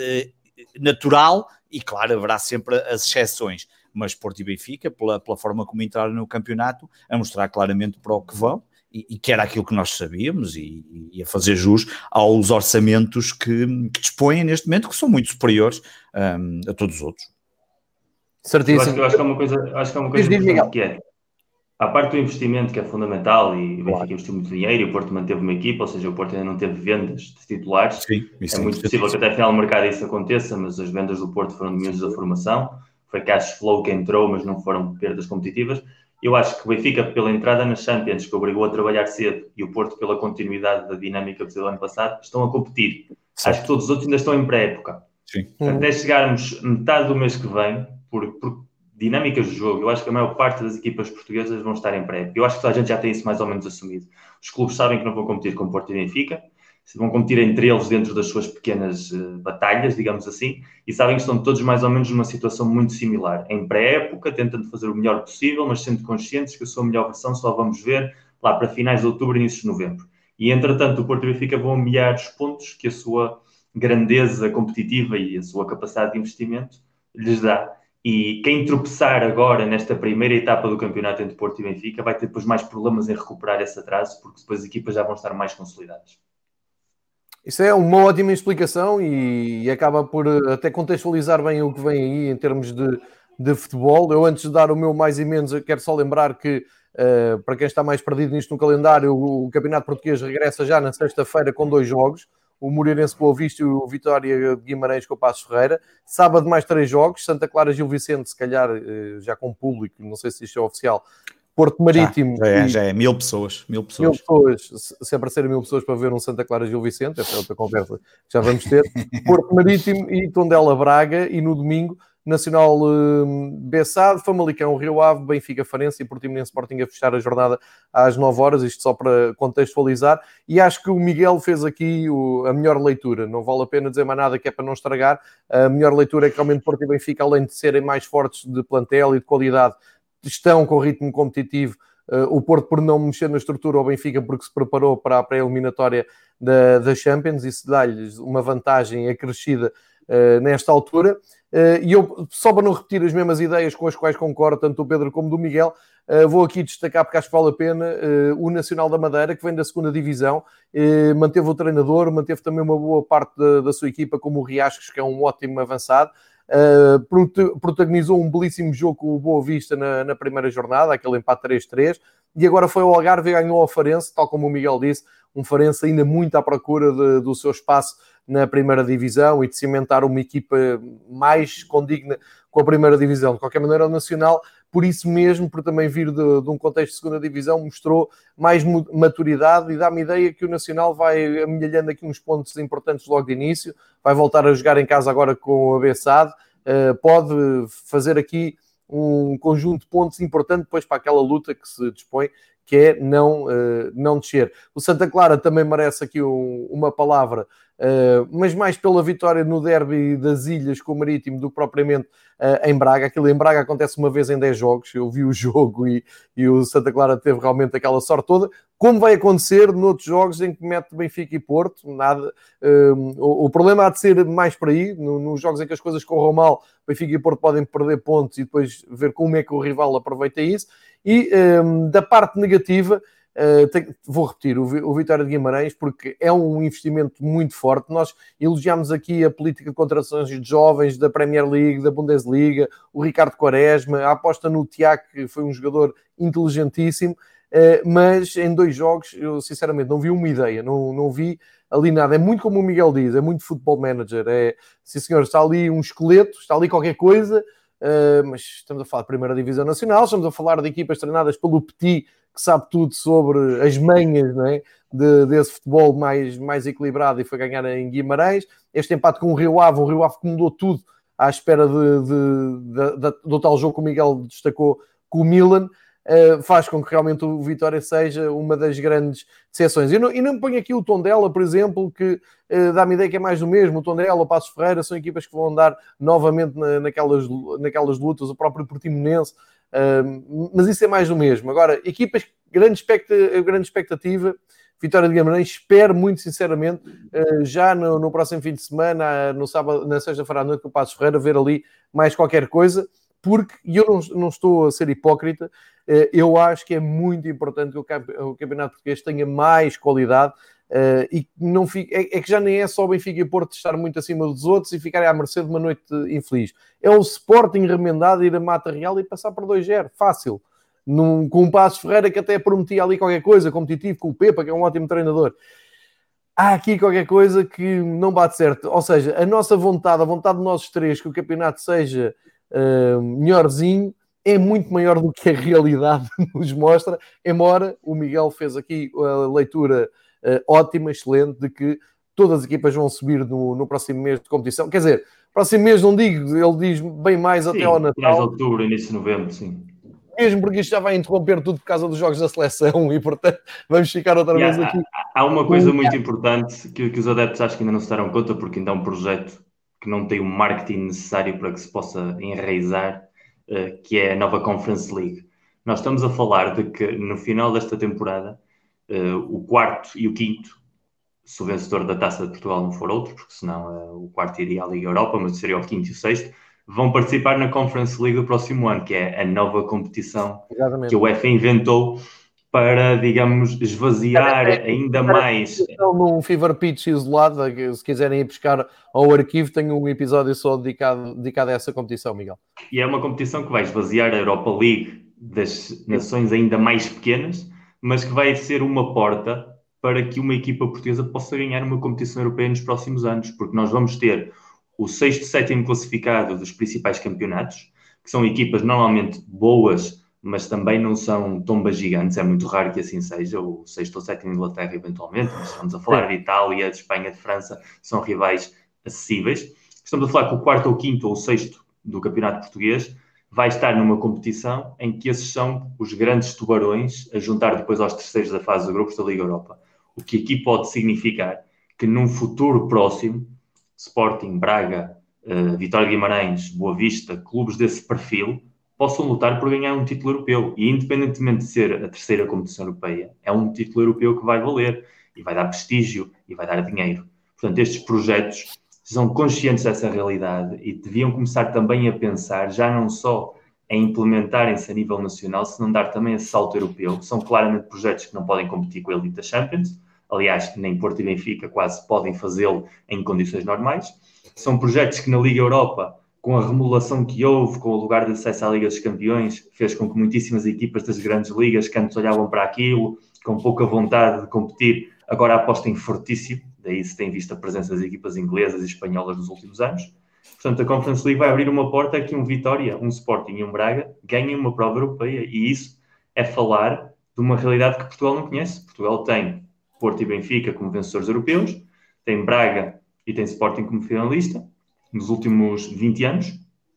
natural, e claro, haverá sempre as exceções, mas Porto e Benfica, pela forma como entraram no campeonato, a mostrar claramente para o que vão, e que era aquilo que nós sabíamos, e a fazer jus aos orçamentos que dispõem neste momento, que são muito superiores a todos os outros. Certíssimo. Eu acho que é uma coisa importante, que é, à parte do investimento, que é fundamental, e o Benfica investiu muito dinheiro, e o Porto manteve uma equipa, ou seja, o Porto ainda não teve vendas de titulares. Sim, é muito possível que até a final do mercado isso aconteça, mas as vendas do Porto foram de miúdos da formação, foi cash flow que entrou, mas não foram perdas competitivas. Eu acho que o Benfica, pela entrada nas Champions, que obrigou a trabalhar cedo, e o Porto, pela continuidade da dinâmica do ano passado, estão a competir. Certo. Acho que todos os outros ainda estão em pré-época. Sim. Até chegarmos metade do mês que vem, por dinâmicas do jogo, eu acho que a maior parte das equipas portuguesas vão estar em pré-época. Eu acho que toda a gente já tem isso mais ou menos assumido. Os clubes sabem que não vão competir com o Porto e Benfica, vão competir entre eles dentro das suas pequenas batalhas, digamos assim, e sabem que estão todos mais ou menos numa situação muito similar. Em pré-época, tentando fazer o melhor possível, mas sendo conscientes que a sua melhor versão só vamos ver lá para finais de outubro e início de novembro. E, entretanto, o Porto e Benfica vão amealhar os pontos que a sua grandeza competitiva e a sua capacidade de investimento lhes dá. E quem tropeçar agora nesta primeira etapa do campeonato entre Porto e Benfica vai ter depois mais problemas em recuperar esse atraso, porque depois as equipas já vão estar mais consolidadas. Isso é uma ótima explicação e acaba por até contextualizar bem o que vem aí em termos de futebol. Eu, antes de dar o meu mais e menos, quero só lembrar que, para quem está mais perdido nisto no calendário, o Campeonato Português regressa já na sexta-feira com 2 jogos. O Moreirense Boa Vista e o Vitória de Guimarães com o Passos Ferreira. Sábado mais 3 jogos, Santa Clara Gil Vicente, se calhar já com público, não sei se isto é oficial. Porto Marítimo... Já é 1000 pessoas. 1000 pessoas. 1000 pessoas, se aparecerem 1000 pessoas para ver um Santa Clara Gil Vicente, essa é outra conversa que já vamos ter. Porto Marítimo e Tondela Braga, e no domingo Nacional Bessade, Famalicão, Rio Ave, Benfica Farense e Portimonense Sporting a fechar a jornada às 9 horas, isto só para contextualizar, e acho que o Miguel fez aqui a melhor leitura, não vale a pena dizer mais nada que é para não estragar. A melhor leitura é que realmente Porto e Benfica, além de serem mais fortes de plantel e de qualidade, estão com ritmo competitivo. O Porto por não mexer na estrutura, o Benfica porque se preparou para a pré-eliminatória da Champions, isso dá-lhes uma vantagem acrescida nesta altura. E eu, só para não repetir as mesmas ideias com as quais concordo, tanto do Pedro como do Miguel, vou aqui destacar, porque acho que vale a pena, o Nacional da Madeira, que vem da 2ª Divisão, manteve o treinador, manteve também uma boa parte da sua equipa, como o Riascos, que é um ótimo avançado. Protagonizou um belíssimo jogo com o Boa Vista na primeira jornada, aquele empate 3-3, e agora foi ao Algarve e ganhou ao Farense, tal como o Miguel disse, um Farense ainda muito à procura do seu espaço na primeira divisão e de cimentar uma equipa mais condigna com a primeira divisão. De qualquer maneira, o Nacional, por isso mesmo, por também vir de um contexto de 2ª Divisão, mostrou mais maturidade e dá-me ideia que o Nacional vai amelhando aqui uns pontos importantes logo de início, vai voltar a jogar em casa agora com a Bessade, pode fazer aqui um conjunto de pontos importante depois para aquela luta que se dispõe, que é não descer. O Santa Clara também merece aqui uma palavra, mas mais pela vitória no derby das Ilhas com o Marítimo do que propriamente em Braga. Aquilo em Braga acontece uma vez em 10 jogos. Eu vi o jogo e o Santa Clara teve realmente aquela sorte toda, como vai acontecer noutros jogos em que mete Benfica e Porto. Nada. O problema há de ser mais por aí, nos jogos em que as coisas corram mal, Benfica e Porto podem perder pontos e depois ver como é que o rival aproveita isso. E da parte negativa, vou repetir, o Vitória de Guimarães, porque é um investimento muito forte. Nós elogiámos aqui a política de contratações de jovens da Premier League, da Bundesliga, o Ricardo Quaresma, a aposta no Tiago, que foi um jogador inteligentíssimo, mas em 2 jogos eu sinceramente não vi uma ideia, não vi ali nada. É muito como o Miguel diz, é muito Football Manager, sim senhor, está ali um esqueleto, está ali qualquer coisa, mas estamos a falar de Primeira Divisão Nacional, estamos a falar de equipas treinadas pelo Petit, que sabe tudo sobre as manhas, não é? Desse futebol mais equilibrado, e foi ganhar em Guimarães. Este empate com o Rio Ave que mudou tudo à espera do tal jogo que o Miguel destacou com o Milan, faz com que realmente o Vitória seja uma das grandes decepções. E não me ponho aqui o Tondela, por exemplo, que dá-me ideia que é mais do mesmo. O Tondela, o Passos Ferreira são equipas que vão andar novamente naquelas lutas, o próprio Portimonense, mas isso é mais do mesmo. Agora, equipas, grande expectativa, Vitória de Guimarães, espero muito sinceramente, já no próximo fim de semana, no sábado, na sexta-feira à noite, com o Passos Ferreira, ver ali mais qualquer coisa, porque eu não estou a ser hipócrita, eu acho que é muito importante que o Campeonato Português tenha mais qualidade, e não fique, é que já nem é só o Benfica e Porto estar muito acima dos outros e ficarem à mercê de uma noite infeliz. É o Sporting remendado ir a Mata Real e passar por 2-0, fácil. Com o Passos Ferreira, que até prometia ali qualquer coisa, competitivo, com o Pepa, que é um ótimo treinador. Há aqui qualquer coisa que não bate certo. Ou seja, a nossa vontade, a vontade de nós três, que o campeonato seja melhorzinho, é muito maior do que a realidade nos mostra, embora o Miguel fez aqui a leitura ótima, excelente, de que todas as equipas vão subir no próximo mês de competição. Quer dizer, próximo mês não digo, ele diz bem mais, sim, até ao Natal. Mais outubro, início de novembro, sim. Mesmo porque isto já vai interromper tudo por causa dos jogos da seleção e, portanto, vamos ficar outra vez aqui. Há uma coisa muito importante que os adeptos acho que ainda não se deram conta, porque ainda é um projeto que não tem o marketing necessário para que se possa enraizar, que é a nova Conference League. Nós estamos a falar de que no final desta temporada, o quarto e o quinto, se o vencedor da Taça de Portugal não for outro, porque senão o quarto iria à Liga Europa, mas seria o quinto e o sexto, vão participar na Conference League do próximo ano, que é a nova competição. Exatamente. Que a UEFA inventou para, digamos, esvaziar ainda mais. Num Fever Pitch isolado, se quiserem ir buscar ao arquivo, tenho um episódio só dedicado a essa competição, Miguel. E é uma competição que vai esvaziar a Europa League das nações ainda mais pequenas, mas que vai ser uma porta para que uma equipa portuguesa possa ganhar uma competição europeia nos próximos anos, porque nós vamos ter o 6º e 7º classificado dos principais campeonatos, que são equipas normalmente boas, mas também não são tombas gigantes. É muito raro que assim seja. O 6º ou 7º de Inglaterra, eventualmente, mas estamos a falar de Itália, de Espanha, de França, são rivais acessíveis. Estamos a falar que o 4º ou 5º ou 6º do campeonato português vai estar numa competição em que esses são os grandes tubarões a juntar depois aos terceiros da fase de grupos da Liga Europa. O que aqui pode significar que num futuro próximo, Sporting, Braga, Vitória de Guimarães, Boa Vista, clubes desse perfil, possam lutar por ganhar um título europeu. E independentemente de ser a terceira competição europeia, é um título europeu que vai valer e vai dar prestígio e vai dar dinheiro. Portanto, estes projetos são conscientes dessa realidade e deviam começar também a pensar, já não só em implementarem-se a nível nacional, se não dar também esse salto europeu. São claramente projetos que não podem competir com a elite da Champions. Aliás, nem Porto e Benfica quase podem fazê-lo em condições normais. São projetos que na Liga Europa, com a remodelação que houve, com o lugar de acesso à Liga dos Campeões, fez com que muitíssimas equipas das grandes ligas que antes olhavam para aquilo, com pouca vontade de competir, agora apostem fortíssimo. Daí se tem visto a presença das equipas inglesas e espanholas nos últimos anos. Portanto, a Conference League vai abrir uma porta que um Vitória, um Sporting e um Braga ganhem uma prova europeia. E isso é falar de uma realidade que Portugal não conhece. Portugal tem Porto e Benfica como vencedores europeus, tem Braga e tem Sporting como finalista nos últimos 20 anos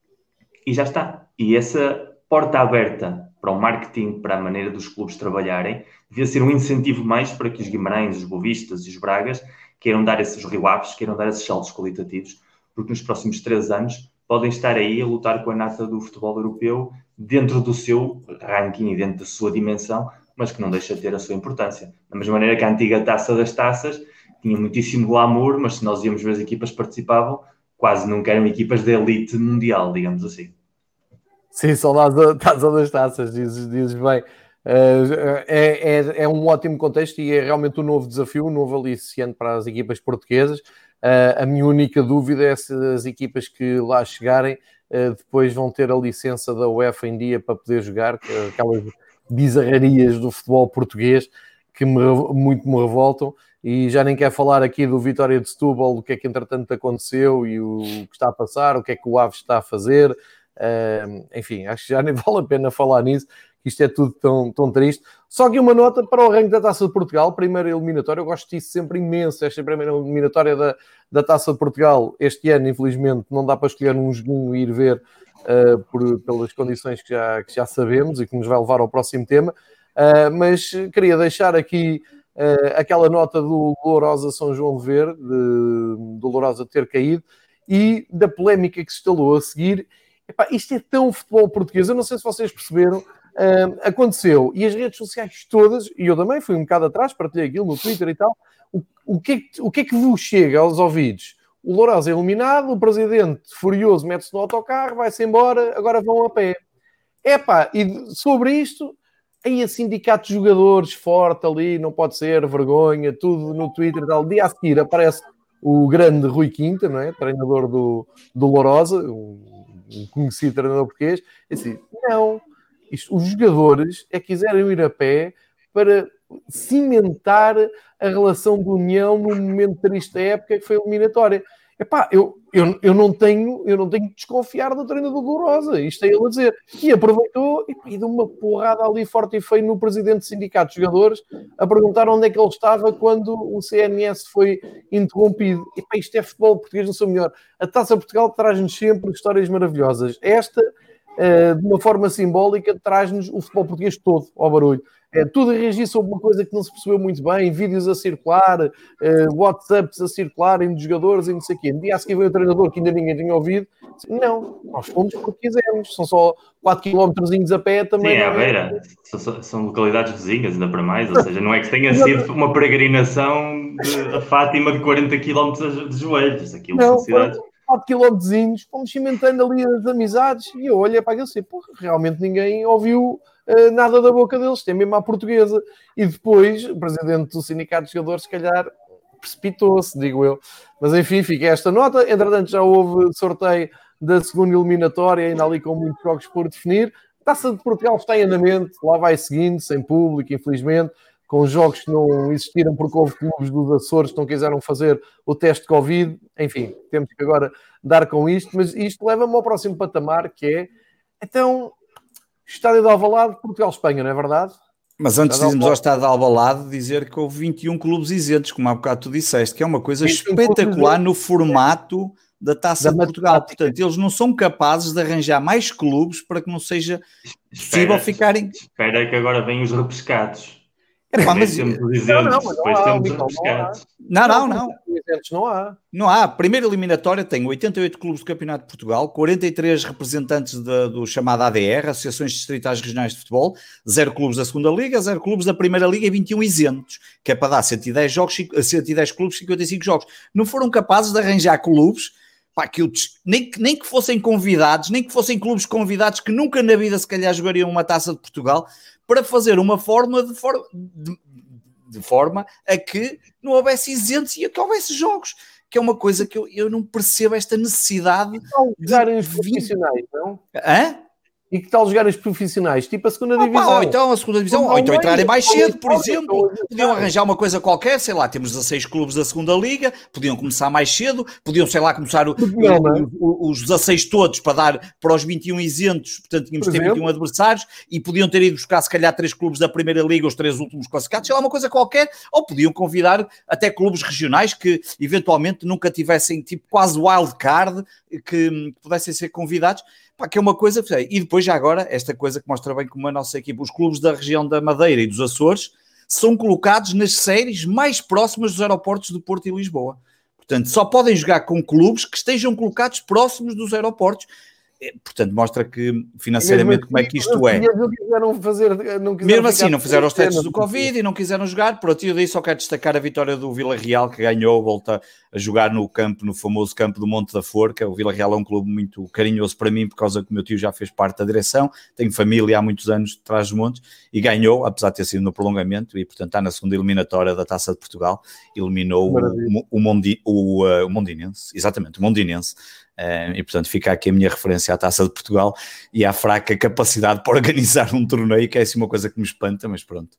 e já está. E essa porta aberta para o marketing, para a maneira dos clubes trabalharem, devia ser um incentivo mais para que os Guimarães, os Boavistas e os Bragas queiram dar esses rewapes, queiram dar esses saltos qualitativos, porque nos próximos 3 anos podem estar aí a lutar com a nata do futebol europeu dentro do seu ranking e dentro da sua dimensão mas que não deixa de ter a sua importância. Da mesma maneira que a antiga Taça das Taças tinha muitíssimo glamour, mas se nós íamos ver as equipas que participavam, quase nunca eram equipas de elite mundial, digamos assim. Sim, saudades da Taça das Taças, dizes bem. É um ótimo contexto e é realmente um novo desafio, um novo aliciante para as equipas portuguesas. A minha única dúvida é se as equipas que lá chegarem depois vão ter a licença da UEFA em dia para poder jogar, aquelas bizarrarias do futebol português que muito me revoltam. E já nem quero falar aqui do Vitória de Setúbal, o que é que entretanto aconteceu e o que está a passar, o que é que o Aves está a fazer. Enfim, acho que já nem vale a pena falar nisso, que isto é tudo tão triste. Só que uma nota para o ranking da Taça de Portugal, primeira eliminatória, eu gosto disso sempre imenso, esta primeira eliminatória da Taça de Portugal. Este ano, infelizmente, não dá para escolher um joguinho e ir ver pelas condições que já sabemos e que nos vai levar ao próximo tema, mas queria deixar aqui aquela nota do Lourosa São João de Ver, do Lourosa ter caído, e da polémica que se instalou a seguir. Epá, isto é tão futebol português, eu não sei se vocês perceberam, aconteceu, e as redes sociais todas, e eu também fui um bocado atrás, partilhei aquilo no Twitter e tal, o que é que vos chega aos ouvidos? O Lourosa é eliminado, o presidente furioso mete-se no autocarro, vai-se embora, agora vão a pé. Epá, e sobre isto, aí a sindicato de jogadores forte ali, não pode ser, vergonha, tudo no Twitter e tal. Dia a seguir aparece o grande Rui Quinta, não é? Treinador do Lourosa, um conhecido treinador português. E assim, não, os jogadores quiseram ir a pé para cimentar a relação de união num momento triste da época que foi eliminatória. Epá, eu não tenho de desconfiar do treinador do Lourosa, isto é ele a dizer. E aproveitou e deu uma porrada ali forte e feio no presidente do sindicato de jogadores a perguntar onde é que ele estava quando o CNS foi interrompido. Epá, isto é futebol português, não sou melhor. A Taça Portugal traz-nos sempre histórias maravilhosas. Esta, de uma forma simbólica, traz-nos o futebol português todo ao barulho. Tudo a reagir sobre uma coisa que não se percebeu muito bem, vídeos a circular, WhatsApps a circularem de jogadores e não sei o quê. No dia a seguir veio o treinador que ainda ninguém tinha ouvido. Não, nós fomos porque quisemos. São só 4 km a pé também. Sim, à beira. São localidades vizinhas, ainda para mais. Ou seja, não é que tenha sido uma peregrinação a Fátima de 40 km de joelhos. Aquilo são cidades... 4 km, fomos cimentando ali as amizades e eu olhei para aquilo e disse, porra, realmente ninguém ouviu nada da boca deles, tem mesmo à portuguesa. E depois o presidente do sindicato de jogadores se calhar precipitou-se, digo eu. Mas enfim, fica esta nota. Entretanto já houve sorteio da segunda eliminatória, ainda ali com muitos jogos por definir. Taça de Portugal está em andamento, lá vai seguindo, sem público, infelizmente, com jogos que não existiram porque houve clubes dos Açores que não quiseram fazer o teste de Covid. Enfim, temos que agora dar com isto, mas isto leva-me ao próximo patamar, que é, então, Estádio de Alvalade, Portugal-Espanha, não é verdade? Mas antes de irmos ao Estádio de Alvalade, dizer que houve 21 clubes isentos, como há bocado tu disseste, que é uma coisa espetacular no formato da Taça de Portugal. Portanto, eles não são capazes de arranjar mais clubes para que não seja possível ficarem... Espera que agora vêm os repescados. Mas... Não há. Primeira eliminatória tem 88 clubes do Campeonato de Portugal, 43 representantes do chamado ADR, Associações Distritais Regionais de Futebol, 0 clubes da segunda Liga, 0 clubes da Primeira Liga e 21 isentos, que é para dar 110 clubes, 55 jogos. Não foram capazes de arranjar clubes, pá, nem que fossem convidados, nem que fossem clubes convidados que nunca na vida se calhar jogariam uma Taça de Portugal, para fazer uma forma de forma a que não houvesse isentos e a que houvesse jogos, que é uma coisa que eu não percebo esta necessidade de jogarem os profissionais, não? E que tal jogarem os profissionais? Tipo a segunda divisão. Ou então a segunda divisão, ou então entrarem mais cedo, por exemplo. Podiam arranjar uma coisa qualquer, sei lá, temos 16 clubes da segunda liga, podiam começar mais cedo, podiam, sei lá, começar os 16 todos para dar para os 21 isentos, portanto tínhamos que ter 21 adversários, e podiam ter ido buscar se calhar 3 clubes da primeira liga, os 3 últimos classificados, sei lá, uma coisa qualquer, ou podiam convidar até clubes regionais que eventualmente nunca tivessem tipo quase wild card, que pudessem ser convidados. Pá, que é uma coisa, e depois já agora, esta coisa que mostra bem como a nossa equipa, os clubes da região da Madeira e dos Açores, são colocados nas séries mais próximas dos aeroportos de Porto e Lisboa. Portanto, só podem jogar com clubes que estejam colocados próximos dos aeroportos. Portanto, mostra que financeiramente como é que isto é. Não quiseram fazer, mesmo assim, não fizeram os testes do Covid e não quiseram jogar. Por outro dia, só quero destacar a vitória do Villarreal, que ganhou, volta a jogar no famoso campo do Monte da Forca. O Villarreal é um clube muito carinhoso para mim, por causa que o meu tio já fez parte da direção, tenho família há muitos anos de trás dos montes, e ganhou, apesar de ter sido no prolongamento, e portanto está na segunda eliminatória da Taça de Portugal, eliminou o Mondinense, exatamente, o Mondinense. E portanto fica aqui a minha referência à Taça de Portugal e à fraca capacidade para organizar um torneio, que é assim uma coisa que me espanta, mas pronto.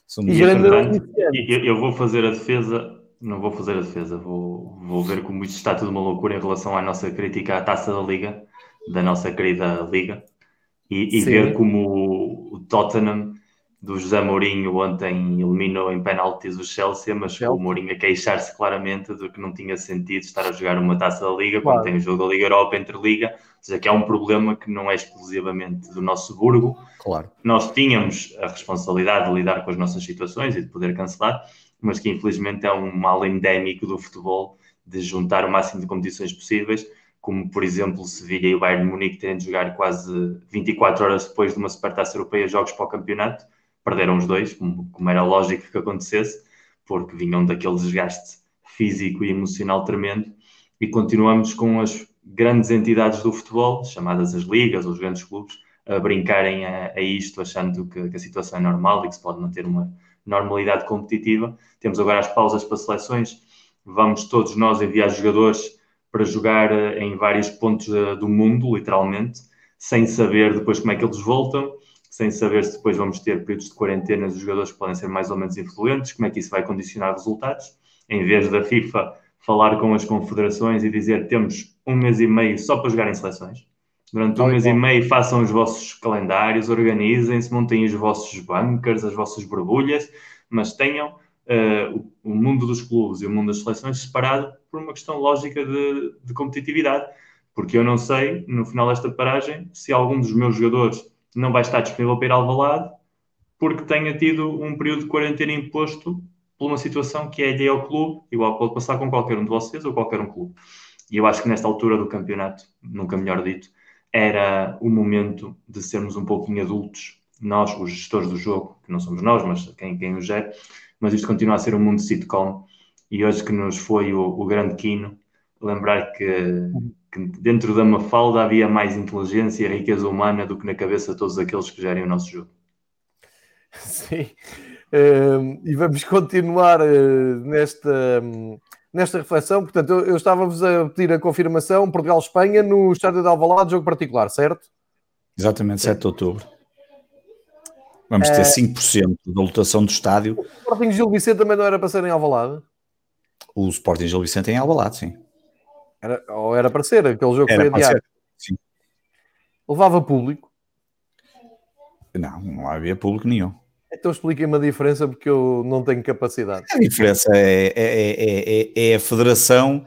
Eu vou fazer a defesa, não vou fazer a defesa, vou ver como isto está tudo uma loucura em relação à nossa crítica à Taça da Liga, da nossa querida Liga, e ver como o Tottenham do José Mourinho ontem eliminou em penaltis o Chelsea, mas o Mourinho a queixar-se claramente de que não tinha sentido estar a jogar uma Taça da Liga quando tem o jogo da Liga Europa entre Liga, ou seja, que é um problema que não é exclusivamente do nosso burgo. Claro. Nós tínhamos a responsabilidade de lidar com as nossas situações e de poder cancelar, mas que infelizmente é um mal endémico do futebol de juntar o máximo de competições possíveis, como por exemplo Sevilha e o Bayern de Munique terem de jogar quase 24 horas depois de uma Supertaça Europeia jogos para o campeonato. Perderam os dois, como era lógico que acontecesse, porque vinham daquele desgaste físico e emocional tremendo, e continuamos com as grandes entidades do futebol, chamadas as ligas ou os grandes clubes, a brincarem a isto, achando que a situação é normal e que se pode manter uma normalidade competitiva. Temos agora as pausas para seleções, vamos todos nós enviar jogadores para jogar em vários pontos do mundo, literalmente, sem saber depois como é que eles voltam, sem saber se depois vamos ter períodos de quarentena dos jogadores que podem ser mais ou menos influentes, como é que isso vai condicionar resultados, em vez da FIFA falar com as confederações e dizer temos 1 mês e meio só para jogar em seleções. Durante 1 mês e meio façam os vossos calendários, organizem-se, montem os vossos bunkers, as vossas borbulhas, mas tenham o mundo dos clubes e o mundo das seleções separado por uma questão lógica de competitividade. Porque eu não sei, no final desta paragem, se algum dos meus jogadores não vai estar disponível para ir ao Alvalade porque tenha tido um período de quarentena imposto por uma situação que é alheia ao clube, igual pode passar com qualquer um de vocês ou qualquer um clube. E eu acho que nesta altura do campeonato, nunca melhor dito, era o momento de sermos um pouquinho adultos, nós, os gestores do jogo, que não somos nós, mas quem o gera, mas isto continua a ser um mundo sitcom, e hoje que nos foi o grande quino, lembrar que dentro da Mafalda havia mais inteligência e riqueza humana do que na cabeça de todos aqueles que gerem o nosso jogo. Sim, e vamos continuar nesta reflexão. Portanto, eu estava-vos a pedir a confirmação, Portugal-Espanha no estádio de Alvalade, jogo particular, certo? Exatamente, 7 de outubro. Vamos ter 5% da lotação do estádio. O Sporting Gil Vicente também não era para ser em Alvalade? O Sporting Gil Vicente é em Alvalade, sim. Era para ser, aquele jogo era foi adiado. Sim. Levava público? Não havia público nenhum. Então expliquem-me a diferença, porque eu não tenho capacidade. A diferença é a federação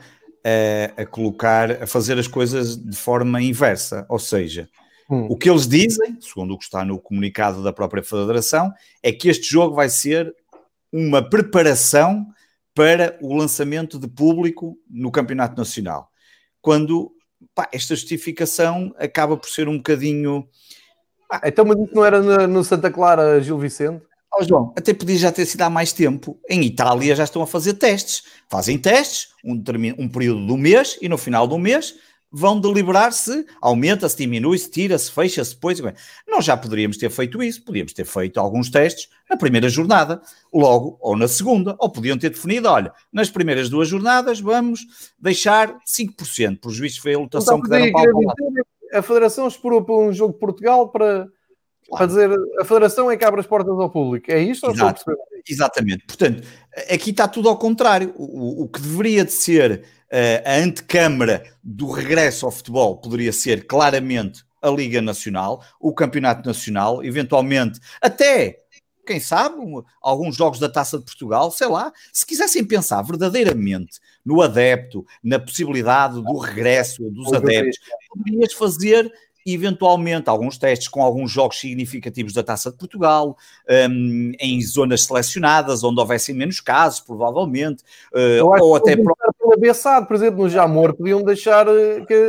a fazer as coisas de forma inversa, ou seja, o que eles dizem, segundo o que está no comunicado da própria federação, é que este jogo vai ser uma preparação para o lançamento de público no Campeonato Nacional. Quando esta justificação acaba por ser um bocadinho... Então, mas isso não era no Santa Clara, Gil Vicente? João, até podia já ter sido há mais tempo. Em Itália já estão a fazer testes. Fazem testes, um período do mês, e no final do mês vão deliberar se aumenta-se, diminui-se, tira-se, fecha-se, depois. Nós já poderíamos ter feito isso, podíamos ter feito alguns testes na primeira jornada, logo, ou na segunda, ou podiam ter definido, olha, nas primeiras 2 jornadas vamos deixar 5%, por juízo foi a lotação que deram para a Federação esperou para um jogo de Portugal para fazer... A Federação é que abre as portas ao público, é isto? Exatamente, portanto, aqui está tudo ao contrário. O que deveria de ser a antecâmara do regresso ao futebol poderia ser claramente a Liga Nacional, o Campeonato Nacional, eventualmente até, quem sabe, alguns jogos da Taça de Portugal, sei lá, se quisessem pensar verdadeiramente no adepto, na possibilidade do regresso dos adeptos, poderias fazer eventualmente alguns testes com alguns jogos significativos da Taça de Portugal, em zonas selecionadas, onde houvessem menos casos, provavelmente, ou até... Pela Bessade, por exemplo, no Jamor, podiam deixar que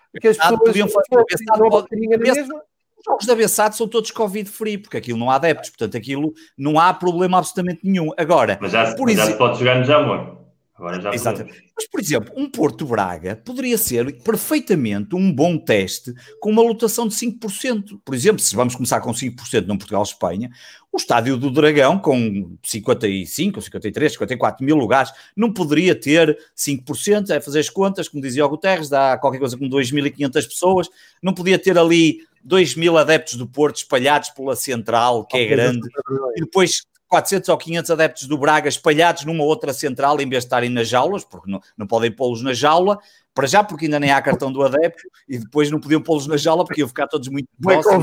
que as pessoas podiam fazer. mesmo. Os jogos da Bessade são todos Covid-free, porque aquilo não há adeptos, portanto aquilo não há problema absolutamente nenhum. Agora, mas já se pode jogar no Jamor. Agora já exatamente. Mas, por exemplo, um Porto Braga poderia ser perfeitamente um bom teste com uma lotação de 5%. Por exemplo, se vamos começar com 5% no Portugal-Espanha, o Estádio do Dragão, com 55, 53, 54 mil lugares, não poderia ter 5%, é fazer as contas, como dizia o Guterres, dá qualquer coisa como 2.500 pessoas, não podia ter ali 2.000 adeptos do Porto espalhados pela central, que é grande, e depois 400 ou 500 adeptos do Braga espalhados numa outra central, em vez de estarem nas jaulas, porque não podem pô-los na jaula, para já porque ainda nem há cartão do adepto, e depois não podiam pôr-los na jaula porque iam ficar todos muito próximos.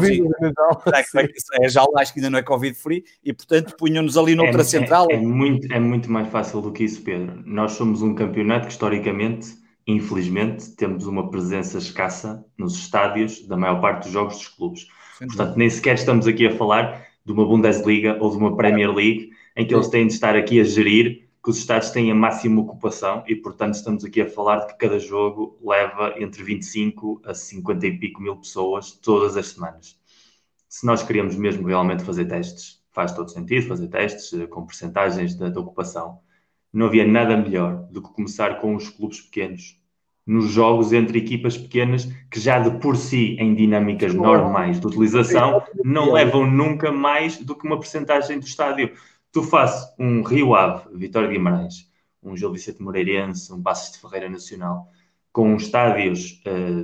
A jaula acho que ainda não é Covid-free, e portanto punham-nos ali noutra central. É muito mais fácil do que isso, Pedro. Nós somos um campeonato que historicamente, infelizmente, temos uma presença escassa nos estádios da maior parte dos jogos dos clubes. Portanto, nem sequer estamos aqui a falar de uma Bundesliga ou de uma Premier League, em que eles têm de estar aqui a gerir que os estádios têm a máxima ocupação e, portanto, estamos aqui a falar de que cada jogo leva entre 25 a 50 e pico mil pessoas todas as semanas. Se nós queríamos mesmo realmente fazer testes, faz todo sentido fazer testes com percentagens da ocupação. Não havia nada melhor do que começar com os clubes pequenos, nos jogos entre equipas pequenas que já de por si, em dinâmicas normais de utilização, não levam nunca mais do que uma percentagem do estádio. Tu fazes um Rio Ave, Vitória de Guimarães, um Gil Vicente Moreirense, um Passos de Ferreira Nacional, com estádios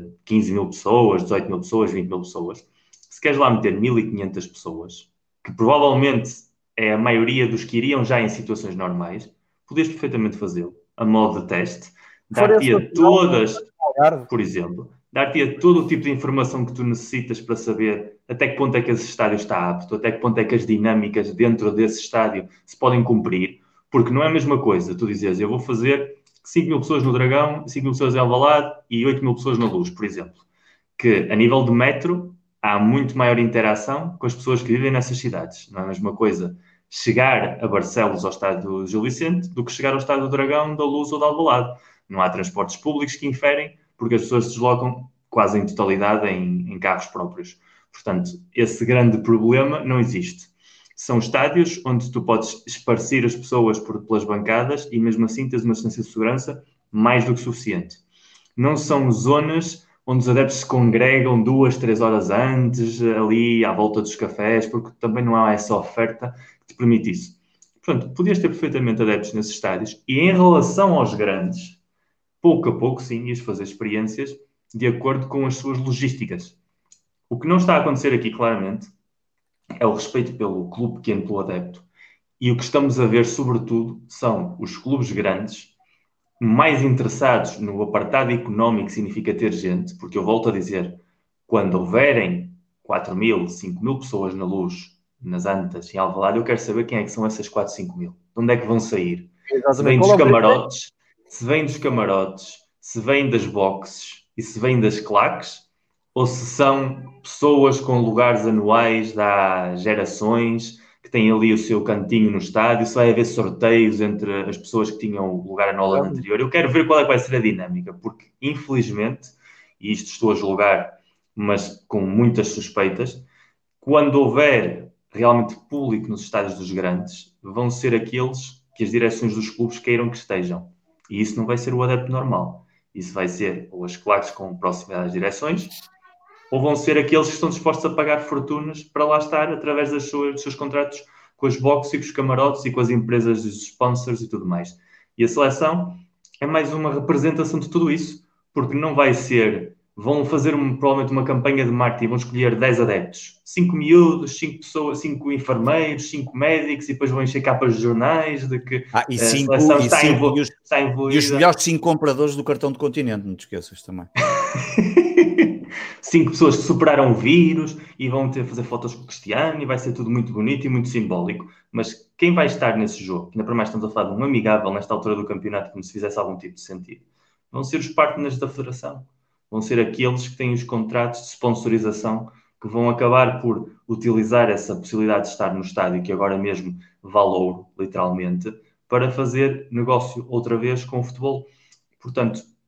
15 mil pessoas, 18 mil pessoas, 20 mil pessoas. Se queres lá meter 1.500 pessoas, que provavelmente é a maioria dos que iriam já em situações normais, podias perfeitamente fazê-lo, a modo de teste, dar-te-ia todas, por exemplo, dar-te-ia todo o tipo de informação que tu necessitas para saber até que ponto é que esse estádio está apto, até que ponto é que as dinâmicas dentro desse estádio se podem cumprir, porque não é a mesma coisa tu dizes, eu vou fazer 5 mil pessoas no Dragão, 5 mil pessoas em Alvalade e 8 mil pessoas na Luz, por exemplo, que a nível de metro há muito maior interação com as pessoas que vivem nessas cidades. Não é a mesma coisa chegar a Barcelos ao estádio do Gil Vicente do que chegar ao estádio do Dragão, da Luz ou da Alvalade. Não há transportes públicos que inferem, porque as pessoas se deslocam quase em totalidade em carros próprios. Portanto, esse grande problema não existe. São estádios onde tu podes esparcir as pessoas pelas bancadas e mesmo assim tens uma distância de segurança mais do que suficiente. Não são zonas onde os adeptos se congregam 2, 3 horas antes, ali à volta dos cafés, porque também não há essa oferta que te permite isso. Portanto, podias ter perfeitamente adeptos nesses estádios e em relação aos grandes, pouco a pouco, sim, ias fazer experiências de acordo com as suas logísticas. O que não está a acontecer aqui, claramente, é o respeito pelo clube pequeno, pelo adepto. E o que estamos a ver, sobretudo, são os clubes grandes mais interessados no apartado económico que significa ter gente, porque eu volto a dizer, quando houverem 4 mil, 5 mil pessoas na Luz, nas Antas, em Alvalade, eu quero saber quem é que são essas 4, 5 mil. De onde é que vão sair? Se vêm dos camarotes, se vêm das boxes e se vêm das claques, ou se são pessoas com lugares anuais de há gerações, que têm ali o seu cantinho no estádio, se vai haver sorteios entre as pessoas que tinham o lugar anual anterior. Eu quero ver qual é que vai ser a dinâmica, porque, infelizmente, e isto estou a julgar, mas com muitas suspeitas, quando houver realmente público nos estádios dos grandes, vão ser aqueles que as direções dos clubes queiram que estejam. E isso não vai ser o adepto normal. Isso vai ser ou as claques com proximidade às direções, ou vão ser aqueles que estão dispostos a pagar fortunas para lá estar através dos seus contratos com as boxes e com os camarotes e com as empresas dos sponsors e tudo mais. E a seleção é mais uma representação de tudo isso, porque não vai ser... Vão fazer provavelmente uma campanha de marketing, vão escolher 10 adeptos, 5 miúdos, 5 pessoas, 5 enfermeiros, 5 médicos, e depois vão encher capas de jornais de que a seleção está envolvida. E os melhores 5 compradores do cartão do continente, não te esqueças também. 5 pessoas que superaram o vírus e vão ter a fazer fotos com o Cristiano e vai ser tudo muito bonito e muito simbólico. Mas quem vai estar nesse jogo, ainda para mais estamos a falar de um amigável nesta altura do campeonato, como se fizesse algum tipo de sentido, vão ser os partners da federação. Vão ser aqueles que têm os contratos de sponsorização que vão acabar por utilizar essa possibilidade de estar no estádio, que agora mesmo vale ouro, literalmente, para fazer negócio outra vez com o futebol. Portanto,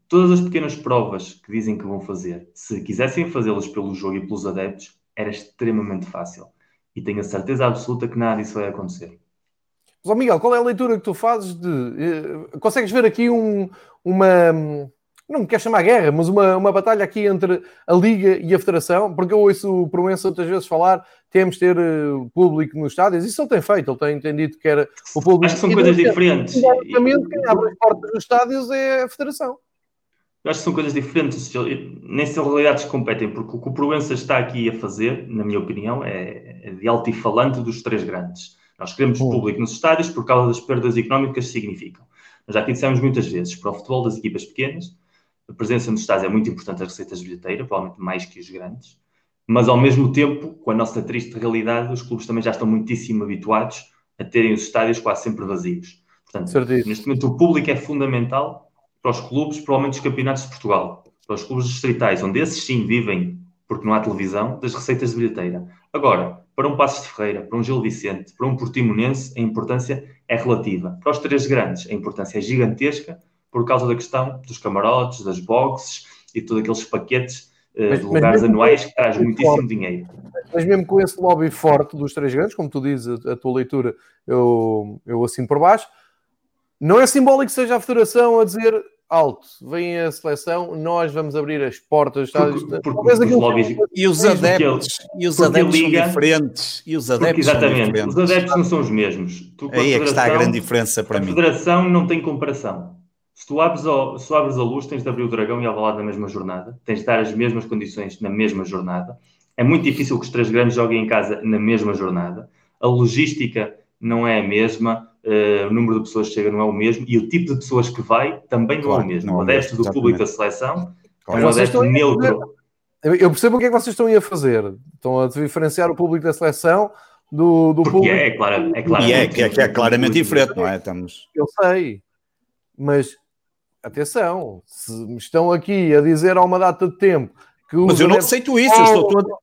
todas as pequenas provas que dizem que vão fazer, se quisessem fazê-las pelo jogo e pelos adeptos, era extremamente fácil. E tenho a certeza absoluta que nada disso vai acontecer. Mas, Miguel, qual é a leitura que tu fazes consegues ver aqui uma... Não me quero chamar guerra, mas uma batalha aqui entre a Liga e a Federação? Porque eu ouço o Proença outras vezes falar, temos de ter público nos estádios. Isso ele tem feito, ele tem entendido que era o público. Acho que são coisas diferentes. Exatamente, quem abre as portas dos estádios é a Federação. Eu acho que são coisas diferentes, nem são realidades que competem, porque o que o Proença está aqui a fazer, na minha opinião, é de altifalante dos três grandes. Nós queremos público nos estádios por causa das perdas económicas que significam. Nós já aqui dissemos muitas vezes, para o futebol das equipas pequenas, a presença nos estádios é muito importante, as receitas de bilheteira, provavelmente mais que os grandes, mas ao mesmo tempo, com a nossa triste realidade, os clubes também já estão muitíssimo habituados a terem os estádios quase sempre vazios. Portanto, neste momento o público é fundamental para os clubes, provavelmente os campeonatos de Portugal, para os clubes distritais, onde esses sim vivem, porque não há televisão, das receitas de bilheteira. Agora, para um Passos de Ferreira, para um Gil Vicente, para um Portimonense, a importância é relativa. Para os três grandes, a importância é gigantesca por causa da questão dos camarotes, das boxes e todos aqueles paquetes de lugares anuais que traz muitíssimo dinheiro. Mas mesmo com esse lobby forte dos três grandes, como tu dizes, a tua leitura, eu assino por baixo, não é simbólico que seja a Federação a dizer alto, vem a seleção, nós vamos abrir as portas. E os adeptos são diferentes. Exatamente, os adeptos não são os mesmos. Aí é que está a grande diferença para mim. A Federação não tem comparação. Se tu abres a luz, tens de abrir o Dragão e Alvalade na mesma jornada, tens de dar as mesmas condições na mesma jornada. É muito difícil que os três grandes joguem em casa na mesma jornada. A logística não é a mesma, o número de pessoas que chega não é o mesmo e o tipo de pessoas que vai também não é o mesmo. O adepto do público da seleção é um adepto neutro. Eu percebo o que é que vocês estão a fazer. Estão a diferenciar o público da seleção do público. É claramente diferente, não é? Eu sei, mas atenção, se estão aqui a dizer há uma data de tempo que mas eu não aceito isso, eu estou todo...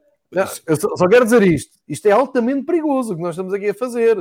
Eu só quero dizer isto é altamente perigoso o que nós estamos aqui a fazer,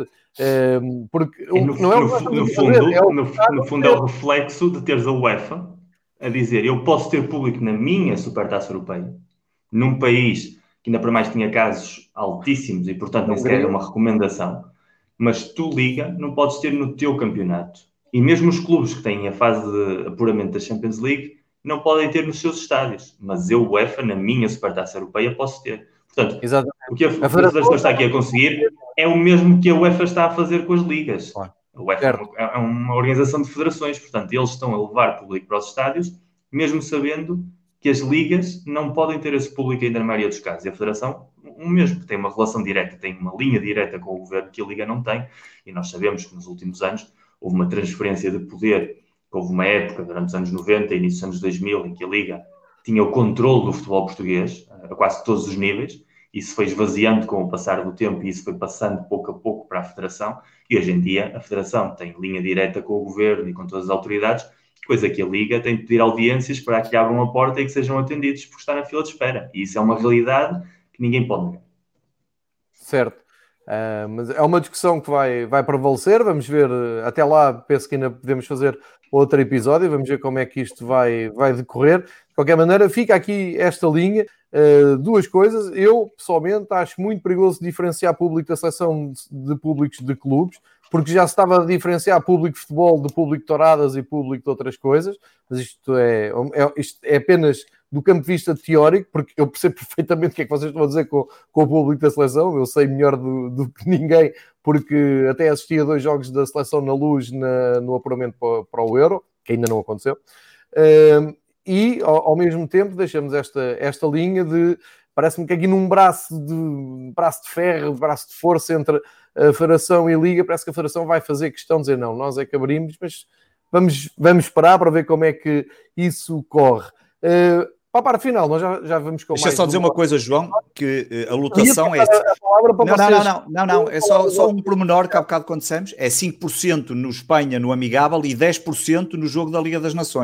porque não é o que nós estamos a fazer, no fundo é o reflexo de teres a UEFA a dizer, eu posso ter público na minha Supertaça Europeia, num país que ainda para mais tinha casos altíssimos e portanto nem sequer é uma recomendação, mas tu, Liga, não podes ter no teu campeonato. E mesmo os clubes que têm a fase de apuramento da Champions League não podem ter nos seus estádios. Mas eu, UEFA, na minha Supertaça Europeia, posso ter. Portanto, o que a Federação está aqui a conseguir é o mesmo que a UEFA está a fazer com as ligas. A UEFA é uma organização de federações. Portanto, eles estão a levar público para os estádios, mesmo sabendo que as ligas não podem ter esse público ainda na maioria dos casos. E a Federação, o mesmo, que tem uma relação direta, tem uma linha direta com o governo que a Liga não tem. E nós sabemos que nos últimos anos houve uma transferência de poder, que houve uma época, durante os anos 90 e início dos anos 2000, em que a Liga tinha o controle do futebol português, a quase todos os níveis. Isso foi esvaziando com o passar do tempo e isso foi passando pouco a pouco para a Federação. E hoje em dia a Federação tem linha direta com o governo e com todas as autoridades, coisa que a Liga tem de pedir audiências para que abram a porta e que sejam atendidos porque está na fila de espera. E isso é uma realidade que ninguém pode negar. Certo. Mas é uma discussão que vai prevalecer. Vamos ver, até lá penso que ainda podemos fazer outro episódio, vamos ver como é que isto vai decorrer. De qualquer maneira, fica aqui esta linha. Duas coisas. Eu, pessoalmente, acho muito perigoso diferenciar público da seleção de públicos de clubes, porque já se estava a diferenciar público de futebol de público de touradas e público de outras coisas, mas isto é apenas do campo de vista teórico, porque eu percebo perfeitamente o que é que vocês estão a dizer com o público da seleção, eu sei melhor do que ninguém, porque até assisti a 2 jogos da seleção na Luz no apuramento para o Euro, que ainda não aconteceu, e ao mesmo tempo deixamos esta linha de, parece-me que aqui num braço de ferro, braço de força entre a Federação e a Liga, parece que a Federação vai fazer questão de dizer, não, nós é que abrimos, mas vamos esperar para ver como é que isso corre. Para a parte final, nós já vamos com Deixa mais... só dizer uma coisa, João, que a lotação é... Não, é só um pormenor que há bocado quando dissemos, é 5% no Espanha, no Amigável, e 10% no jogo da Liga das Nações.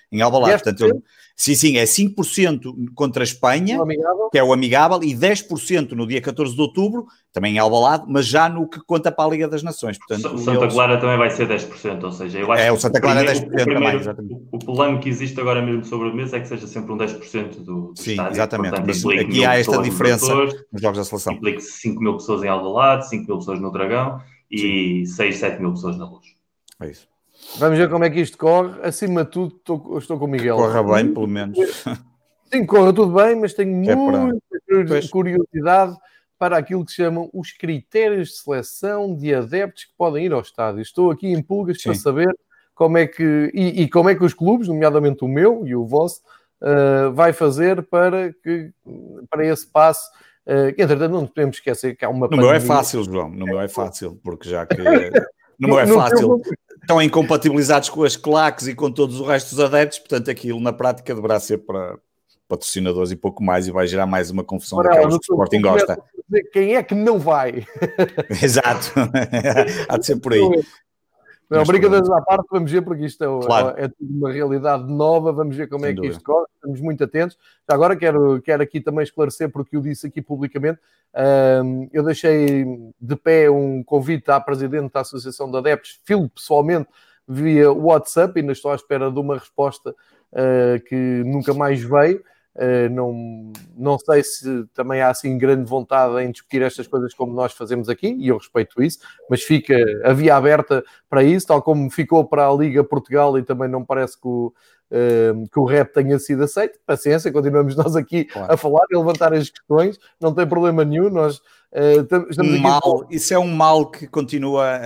Em Alvalade. Portanto, sim, é 5% contra a Espanha, que é o amigável, e 10% no dia 14 de outubro, também em Alvalade, mas já no que conta para a Liga das Nações. Portanto, o Santa Clara também vai ser 10%, ou seja, eu acho o Santa Clara é 10% também, exatamente. O plano que existe agora mesmo sobre a mesa é que seja sempre um 10% do sim, estádio. Exatamente, Portanto, mas aqui há esta diferença nos jogos da seleção. Implica 5 mil pessoas em Alvalade, 5 mil pessoas no Dragão e 6, 7 mil pessoas na Luz. É isso. Vamos ver como é que isto corre. Acima de tudo, estou com o Miguel. Corra bem, pelo menos. Sim, corra tudo bem, mas tenho muita curiosidade para aquilo que se chamam os critérios de seleção de adeptos que podem ir ao estádio. Estou aqui em pulgas para saber como é que... E como é que os clubes, nomeadamente o meu e o vosso, vai fazer para esse passo. Entretanto, não podemos esquecer que há uma pandemia. Meu é fácil, João. No meu é fácil, porque já que... No meu é fácil. Estão incompatibilizados com as claques e com todos os restos dos adeptos, portanto aquilo na prática deverá ser para patrocinadores e pouco mais, e vai gerar mais uma confusão daquelas que o Sporting gosta. Quem é que não vai? Exato. Há de ser por aí. Não, brincadeiras à parte, vamos ver, porque isto é tudo uma realidade nova, vamos ver como é que isto corre, estamos muito atentos. Já agora quero aqui também esclarecer, porque eu disse aqui publicamente, eu deixei de pé um convite à Presidente da Associação de Adeptos, filo pessoalmente, via WhatsApp, e ainda estou à espera de uma resposta que nunca mais veio. Não sei se também há assim grande vontade em discutir estas coisas como nós fazemos aqui, e eu respeito isso, mas fica a via aberta para isso, tal como ficou para a Liga Portugal, e também não parece que o rap tenha sido aceito. Paciência, continuamos nós aqui a falar e a levantar as questões, não tem problema nenhum. Nós estamos aqui isso é um mal que continua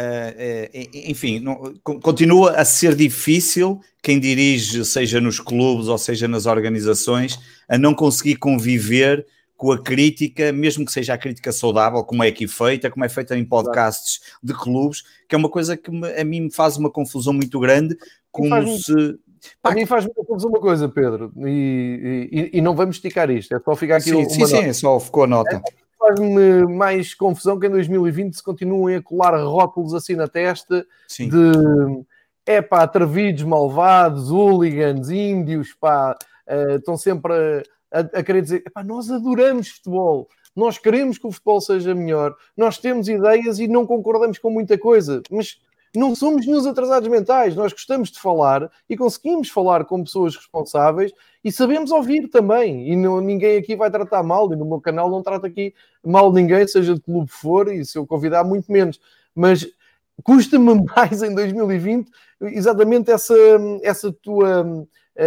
continua a ser difícil. Quem dirige, seja nos clubes ou seja nas organizações, a não conseguir conviver com a crítica, mesmo que seja a crítica saudável, como é aqui feita, como é feita em podcasts de clubes, que é uma coisa que a mim me faz uma confusão muito grande, A mim faz-me uma coisa, Pedro, e não vamos esticar isto, é só ficar aqui Sim, só ficou a nota. Faz-me mais confusão que em 2020 se continuem a colar rótulos assim na testa de atrevidos, malvados, hooligans, índios, estão sempre a querer dizer, nós adoramos futebol, nós queremos que o futebol seja melhor, nós temos ideias e não concordamos com muita coisa, mas não somos nenhum atrasados mentais, nós gostamos de falar e conseguimos falar com pessoas responsáveis e sabemos ouvir também, e ninguém aqui vai tratar mal, e no meu canal não trata aqui mal ninguém, seja de clube for, e se eu convidar muito menos, mas custa-me mais em 2020 exatamente essa tua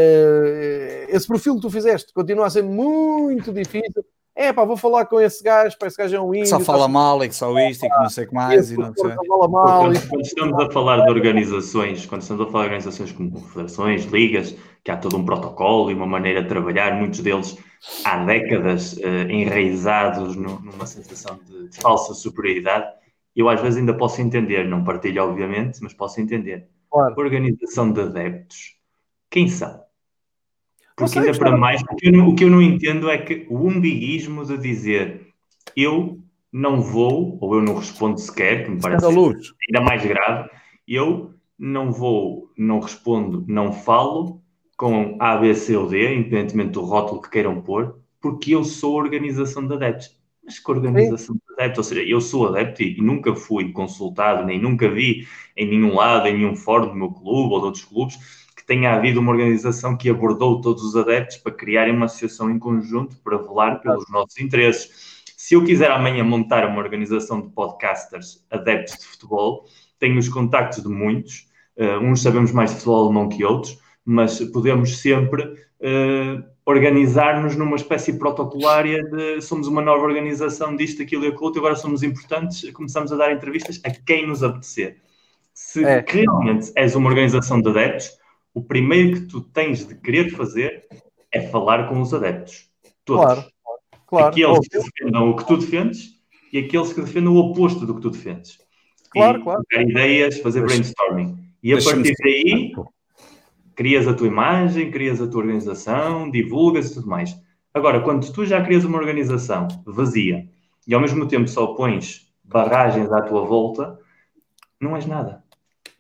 esse perfil que tu fizeste, continua a ser muito difícil. Vou falar com esse gajo é um índio. Só fala mal, e que só isto, e que não sei o que mais, e não sei. Quando estamos a falar de organizações, como confederações, ligas, que há todo um protocolo e uma maneira de trabalhar, muitos deles há décadas enraizados numa sensação de falsa superioridade, eu às vezes ainda posso entender, não partilho obviamente, mas posso entender. Claro. Organização de adeptos, quem são? Porque ainda para mais, o que eu não entendo é que o umbiguismo de dizer eu não vou, ou eu não respondo sequer, que me parece ainda mais grave, eu não vou, não respondo, não falo com A, B, C ou D, independentemente do rótulo que queiram pôr, porque eu sou organização de adeptos. Mas que organização de adeptos? Ou seja, eu sou adepto e nunca fui consultado, nem nunca vi em nenhum lado, em nenhum fórum do meu clube ou de outros clubes, que tenha havido uma organização que abordou todos os adeptos para criarem uma associação em conjunto para velar pelos nossos interesses. Se eu quiser amanhã montar uma organização de podcasters adeptos de futebol, tenho os contactos de muitos, uns sabemos mais de futebol alemão que outros, mas podemos sempre organizar-nos numa espécie protocolária de somos uma nova organização disto, aquilo e aquilo outro, agora somos importantes, começamos a dar entrevistas a quem nos apetecer. Se realmente és uma organização de adeptos, o primeiro que tu tens de querer fazer é falar com os adeptos. Todos. Claro. Aqueles que defendam o que tu defendes e aqueles que defendam o oposto do que tu defendes. Claro. Trocar ideias, fazer brainstorming. E a partir daí, crias a tua imagem, crias a tua organização, divulgas e tudo mais. Agora, quando tu já crias uma organização vazia e ao mesmo tempo só pões barragens à tua volta, não és nada.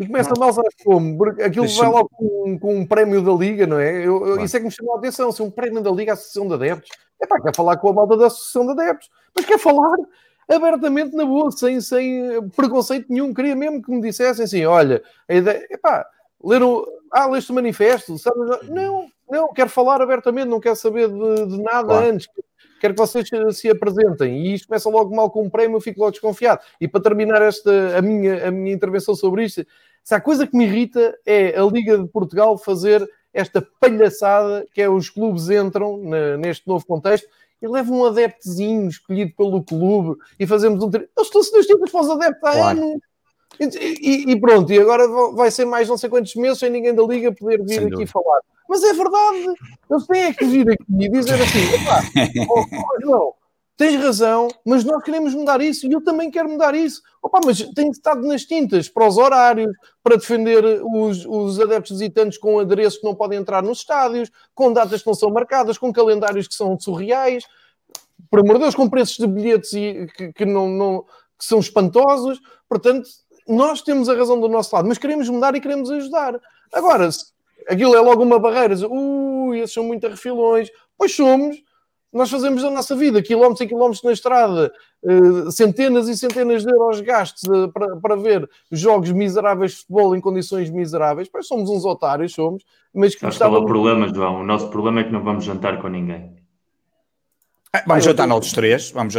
E começa mal, sabes como? Porque aquilo vai logo com um prémio da Liga, não é? Isso é que me chamou a atenção. Se um prémio da Liga à Associação de Adeptos, quer falar com a malta da Associação de Adeptos, mas quer falar abertamente na boa, sem preconceito nenhum. Queria mesmo que me dissessem assim, olha, a ideia, leste o manifesto, sabe? Não, quero falar abertamente, não quero saber de nada antes. Quero que vocês se apresentem. E isto começa logo mal com um prémio, eu fico logo desconfiado. E para terminar a minha intervenção sobre isto, se há coisa que me irrita é a Liga de Portugal fazer esta palhaçada que é os clubes entram neste novo contexto e levam um adeptezinho escolhido pelo clube e fazemos Eles estão-se nos títulos para os adeptos há anos. E pronto, e agora vai ser mais não sei quantos meses sem ninguém da Liga poder vir aqui falar. Mas é verdade, eles têm que vir aqui e dizer assim, não, tens razão, mas nós queremos mudar isso e eu também quero mudar isso. Mas tem estado nas tintas para os horários, para defender os adeptos visitantes com adereços que não podem entrar nos estádios, com datas que não são marcadas, com calendários que são surreais, por amor de Deus, com preços de bilhetes que são espantosos. Portanto, nós temos a razão do nosso lado, mas queremos mudar e queremos ajudar. Agora, aquilo é logo uma barreira, esses são muito arrefilões. Pois somos, nós fazemos a nossa vida, quilómetros e quilómetros na estrada, centenas e centenas de euros gastos para ver jogos miseráveis de futebol em condições miseráveis. Pois somos uns otários, somos. Mas qual é o problema, João? O nosso problema é que não vamos jantar com ninguém. Vamos jantar nós os três. Mas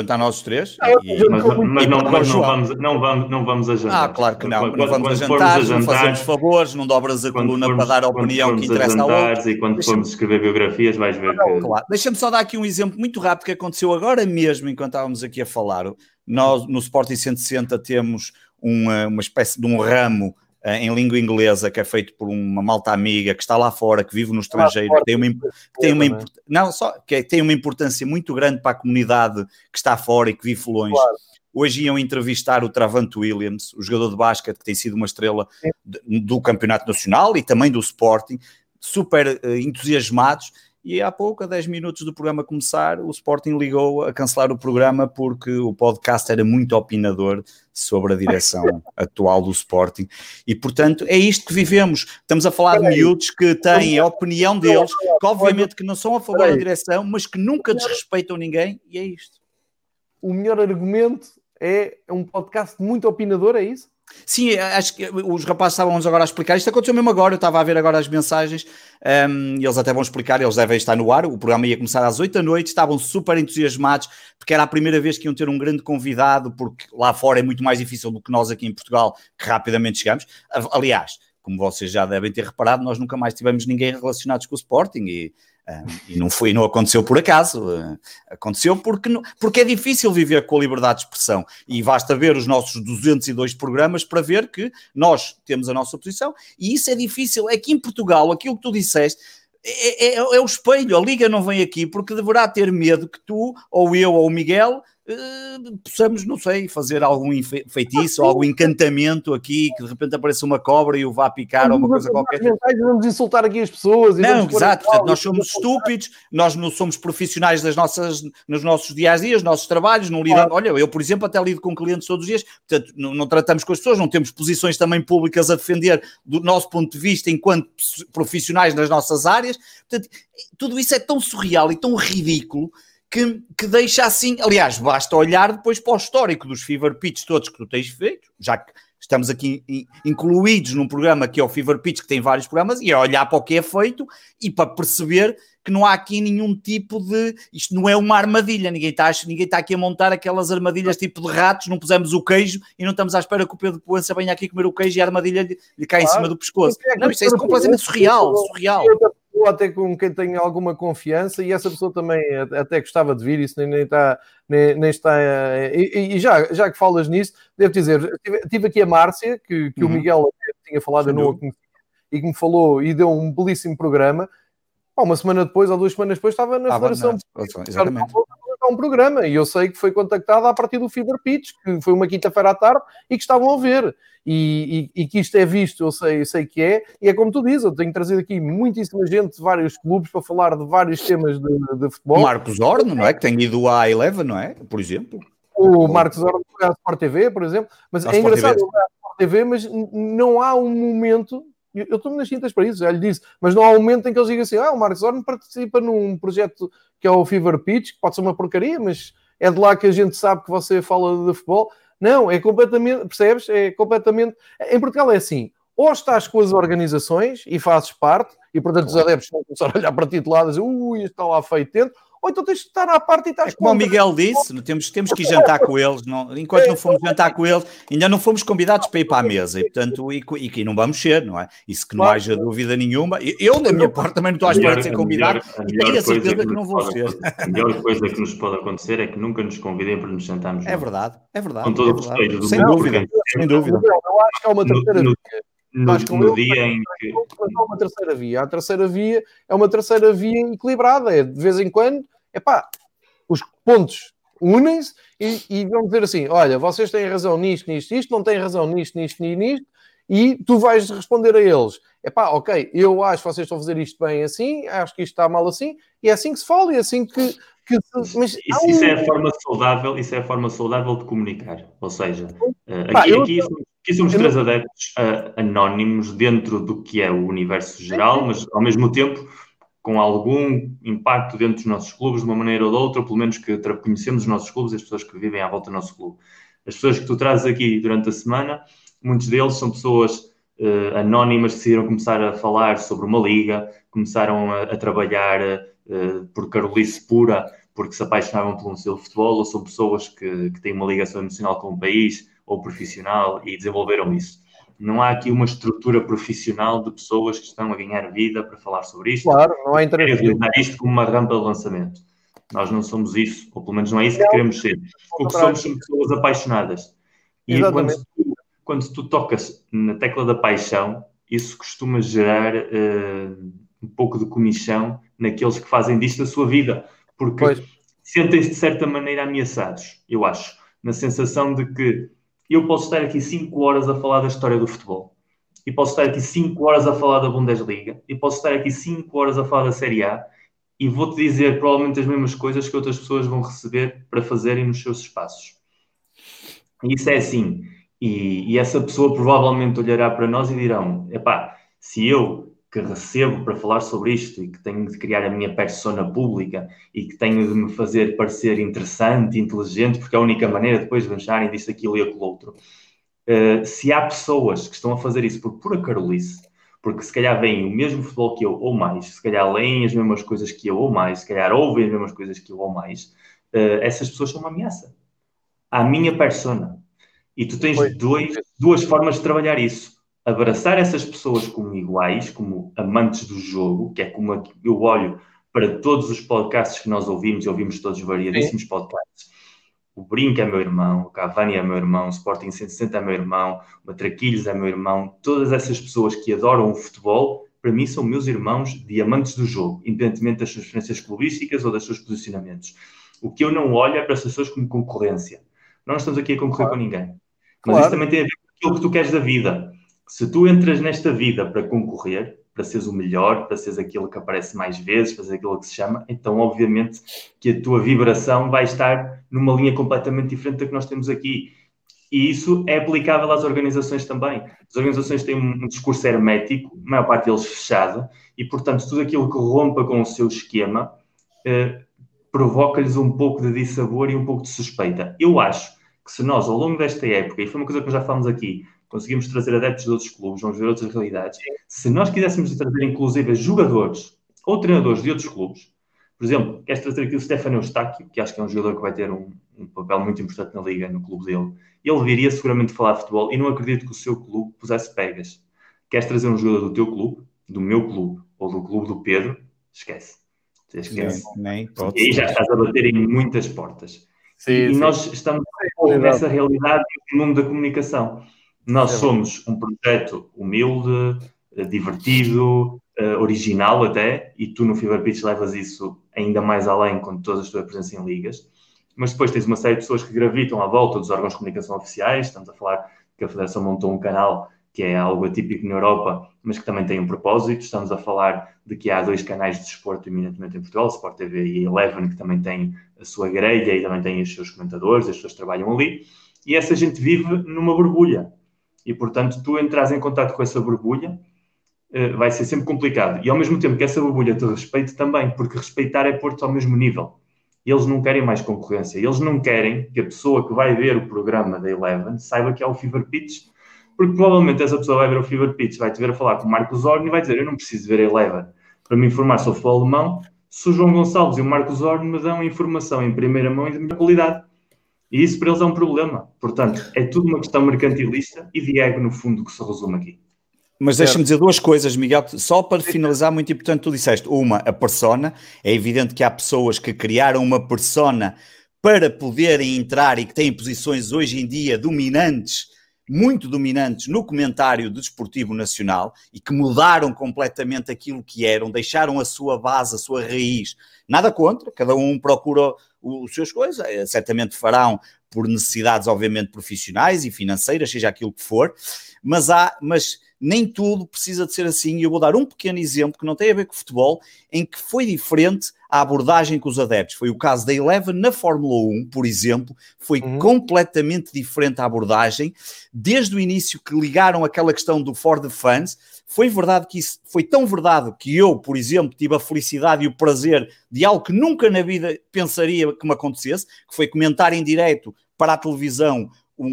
não vamos a jantar. Claro que não. Não vamos a jantar, não fazemos favores, não dobras a coluna para dar a opinião que interessa ao outro. E quando formos escrever biografias, vais ver que... Claro. Deixa-me só dar aqui um exemplo muito rápido que aconteceu agora mesmo, enquanto estávamos aqui a falar. Nós, no Sporting 160, temos uma espécie de um ramo em língua inglesa, que é feito por uma malta amiga que está lá fora, que vive no estrangeiro, que tem uma importância muito grande para a comunidade que está fora e que vive longe. Claro. Hoje iam entrevistar o Travante Williams, o jogador de basquete que tem sido uma estrela do Campeonato Nacional e também do Sporting, super entusiasmados. E há pouco, a 10 minutos do programa começar, o Sporting ligou a cancelar o programa porque o podcast era muito opinador sobre a direção atual do Sporting. E, portanto, é isto que vivemos. Estamos a falar de miúdos que têm a opinião deles, que obviamente que não são a favor da direção, mas que nunca desrespeitam ninguém, e é isto. O melhor argumento é um podcast muito opinador, é isso? Sim, acho que os rapazes estavam-nos agora a explicar. Isto aconteceu mesmo agora, eu estava a ver agora as mensagens e eles até vão explicar, eles devem estar no ar. O programa ia começar às 8 da noite, estavam super entusiasmados porque era a primeira vez que iam ter um grande convidado, porque lá fora é muito mais difícil do que nós aqui em Portugal, que rapidamente chegamos. Aliás, como vocês já devem ter reparado, nós nunca mais tivemos ninguém relacionados com o Sporting e não aconteceu por acaso, aconteceu porque é difícil viver com a liberdade de expressão e basta ver os nossos 202 programas para ver que nós temos a nossa posição e isso é difícil. É que em Portugal, aquilo que tu disseste é o espelho, a Liga não vem aqui porque deverá ter medo que tu, ou eu, ou o Miguel possamos, não sei, fazer algum feitiço ou algum encantamento aqui, que de repente apareça uma cobra e o vá picar ou uma coisa qualquer. Vamos insultar aqui as pessoas. Não, exato, portanto, nós somos estúpidos, nós não somos profissionais nos nossos dias-a-dias, nos nossos trabalhos, não lidamos. Olha, eu, por exemplo, até lido com clientes todos os dias, portanto, não tratamos com as pessoas, não temos posições também públicas a defender do nosso ponto de vista enquanto profissionais nas nossas áreas. Portanto, tudo isso é tão surreal e tão ridículo que deixa assim, aliás, basta olhar depois para o histórico dos Fever Pitch todos que tu tens feito, já que estamos aqui incluídos num programa que é o Fever Pitch, que tem vários programas, e é olhar para o que é feito e para perceber que não há aqui nenhum tipo de... Isto não é uma armadilha, ninguém está aqui a montar aquelas armadilhas tipo de ratos, não pusemos o queijo e não estamos à espera que o Pedro Poença venha aqui comer o queijo e a armadilha lhe cai em cima do pescoço. Não, isto é completamente surreal. Até com quem tem alguma confiança e essa pessoa também até gostava de vir, isso nem está e já que falas nisso, devo dizer, tive aqui a Márcia que o Miguel tinha falado, eu não a conhecia, e que me falou e deu um belíssimo programa. Uma semana depois ou 2 semanas depois estava na Federação. Exatamente. Um programa, e eu sei que foi contactada a partir do Fever Pitch, que foi uma quinta-feira à tarde, e que estavam a ver, e que isto é visto, eu sei que é, e é como tu dizes, eu tenho trazido aqui muitíssima gente de vários clubes para falar de vários temas de futebol. O Marcos Orno, não é? Que tem ido à Eleven, não é? Por exemplo. O Marcos Orno foi à Sport TV, por exemplo, mas é engraçado, TV, mas não há um momento... Eu estou nas cintas para isso, já lhe disse, mas não há um momento em que eles digam assim, o Marcos Orne participa num projeto que é o Fever Pitch, que pode ser uma porcaria, mas é de lá que a gente sabe que você fala de futebol. Não, é completamente, percebes? É completamente... Em Portugal é assim, ou estás com as organizações e fazes parte, e portanto os adeptos vão começar a olhar para ti de lado e dizer, isto está lá feito dentro, ou então tens de estar à parte e estás como o Miguel disse, temos que ir jantar com eles. Enquanto não fomos jantar com eles, ainda não fomos convidados para ir para a mesa. E, portanto, e não vamos ser, não é? Isso que não haja dúvida nenhuma. Eu, da minha parte, também não estou à espera de ser convidado e tenho a certeza que não vou ser. A melhor coisa que nos pode acontecer é que nunca nos convidem para nos sentarmos. É verdade. Com todo o respeito do sem dúvida. Eu acho que há uma terceira via. No dia em que... Há uma terceira via. A terceira via é uma terceira via equilibrada. É de vez em quando, os pontos unem-se e vão dizer assim, olha, vocês têm razão nisto, não têm razão nisto, e tu vais responder a eles, ok, eu acho que vocês estão a fazer isto bem assim, acho que isto está mal assim, e é assim que se fala, e é assim que mas isso é a forma saudável de comunicar, ou seja, aqui somos três adeptos anónimos dentro do que é o universo geral, mas ao mesmo tempo com algum impacto dentro dos nossos clubes, de uma maneira ou de outra, ou pelo menos que conhecemos os nossos clubes e as pessoas que vivem à volta do nosso clube. As pessoas que tu trazes aqui durante a semana, muitos deles são pessoas anónimas que decidiram começar a falar sobre uma liga, começaram a trabalhar por carolice pura, porque se apaixonavam por um estilo de futebol, ou são pessoas que têm uma ligação emocional com o país, ou profissional, e desenvolveram isso. Não há aqui uma estrutura profissional de pessoas que estão a ganhar vida para falar sobre isto. Claro, não há interesse. Querem utilizar isto como uma rampa de lançamento. Nós não somos isso, ou pelo menos não é isso que queremos ser. O que somos são pessoas apaixonadas. E quando tu tocas na tecla da paixão, isso costuma gerar um pouco de comichão naqueles que fazem disto a sua vida. Porque sentem-se de certa maneira ameaçados, eu acho. Na sensação de que eu posso estar aqui 5 horas a falar da história do futebol. E posso estar aqui 5 horas a falar da Bundesliga. E posso estar aqui 5 horas a falar da Série A. E vou-te dizer provavelmente as mesmas coisas que outras pessoas vão receber para fazerem nos seus espaços. E isso é assim. E essa pessoa provavelmente olhará para nós e dirão, se eu que recebo para falar sobre isto e que tenho de criar a minha persona pública e que tenho de me fazer parecer interessante, inteligente, porque é a única maneira depois de acharem disto, aquilo e aquilo outro. Se há pessoas que estão a fazer isso por pura carolice, porque se calhar veem o mesmo futebol que eu ou mais, se calhar leem as mesmas coisas que eu ou mais, se calhar ouvem as mesmas coisas que eu ou mais, essas pessoas são uma ameaça à minha persona. E tu tens duas formas de trabalhar isso. Abraçar essas pessoas como iguais, como amantes do jogo, que é como eu olho para todos os podcasts que nós ouvimos, e ouvimos todos variadíssimos podcasts. O Brinco é meu irmão, o Cavani é meu irmão, o Sporting 160 é meu irmão, o Matraquilhos é meu irmão. Todas essas pessoas que adoram o futebol, para mim são meus irmãos de amantes do jogo, independentemente das suas preferências clubísticas ou dos seus posicionamentos. O que eu não olho é para essas pessoas como concorrência. Nós não estamos aqui a concorrer com ninguém. Mas isso também tem a ver com aquilo que tu queres da vida. Se tu entras nesta vida para concorrer, para seres o melhor, para seres aquilo que aparece mais vezes, fazer aquilo que se chama, então obviamente que a tua vibração vai estar numa linha completamente diferente da que nós temos aqui. E isso é aplicável às organizações também. As organizações têm um discurso hermético, a maior parte deles fechado, e portanto tudo aquilo que rompa com o seu esquema provoca-lhes um pouco de dissabor e um pouco de suspeita. Eu acho que se nós, ao longo desta época, e foi uma coisa que nós já falamos aqui, conseguimos trazer adeptos de outros clubes, vamos ver outras realidades. Se nós quiséssemos trazer, inclusive, jogadores ou treinadores de outros clubes, por exemplo, queres trazer aqui o Stefano Eustáquio, que acho que é um jogador que vai ter um papel muito importante na Liga, no clube dele. Ele viria seguramente falar de futebol e não acredito que o seu clube pusesse pegas. Queres trazer um jogador do teu clube, do meu clube ou do clube do Pedro? Esquece. Nem e aí já estás a bater em muitas portas. Sim. Nós estamos nessa realidade no mundo da comunicação. Nós somos um projeto humilde, divertido, original até, e tu no Fever Pitch levas isso ainda mais além com toda a tua presença em ligas, mas depois tens uma série de pessoas que gravitam à volta dos órgãos de comunicação oficiais. Estamos a falar que a Federação montou um canal que é algo atípico na Europa, mas que também tem um propósito. Estamos a falar de que há 2 canais de desporto eminentemente em Portugal, Sport TV e Eleven, que também têm a sua grelha e também têm os seus comentadores, as pessoas que trabalham ali, e essa gente vive numa borbulha. E, portanto, tu entras em contato com essa borbulha, vai ser sempre complicado. E, ao mesmo tempo que essa borbulha te respeite também, porque respeitar é pôr-te ao mesmo nível. E eles não querem mais concorrência. Eles não querem que a pessoa que vai ver o programa da Eleven saiba que é o Fever Pitch, porque provavelmente essa pessoa vai ver o Fever Pitch, vai-te ver a falar com o Marcos Orne e vai dizer: eu não preciso ver a Eleven para me informar sobre o futebol alemão, se o João Gonçalves e o Marcos Orne me dão informação em primeira mão e de melhor qualidade. E isso para eles é um problema. Portanto, é tudo uma questão mercantilista e de ego, no fundo, que se resume aqui. Mas deixa-me dizer duas coisas, Miguel, só para finalizar, muito importante, tu disseste, uma, a persona, é evidente que há pessoas que criaram uma persona para poderem entrar e que têm posições hoje em dia dominantes, muito dominantes no comentário desportivo nacional e que mudaram completamente aquilo que eram, deixaram a sua base, a sua raiz. Nada contra, cada um procura os seus coisas, certamente farão por necessidades obviamente profissionais e financeiras, seja aquilo que for, mas nem tudo precisa de ser assim, e eu vou dar um pequeno exemplo que não tem a ver com futebol, em que foi diferente a abordagem com os adeptos. Foi o caso da Eleven na Fórmula 1, por exemplo, foi completamente diferente a abordagem, desde o início que ligaram aquela questão do for the fans. Foi verdade que isso foi tão verdade que eu, por exemplo, tive a felicidade e o prazer de algo que nunca na vida pensaria que me acontecesse, que foi comentar em direto para a televisão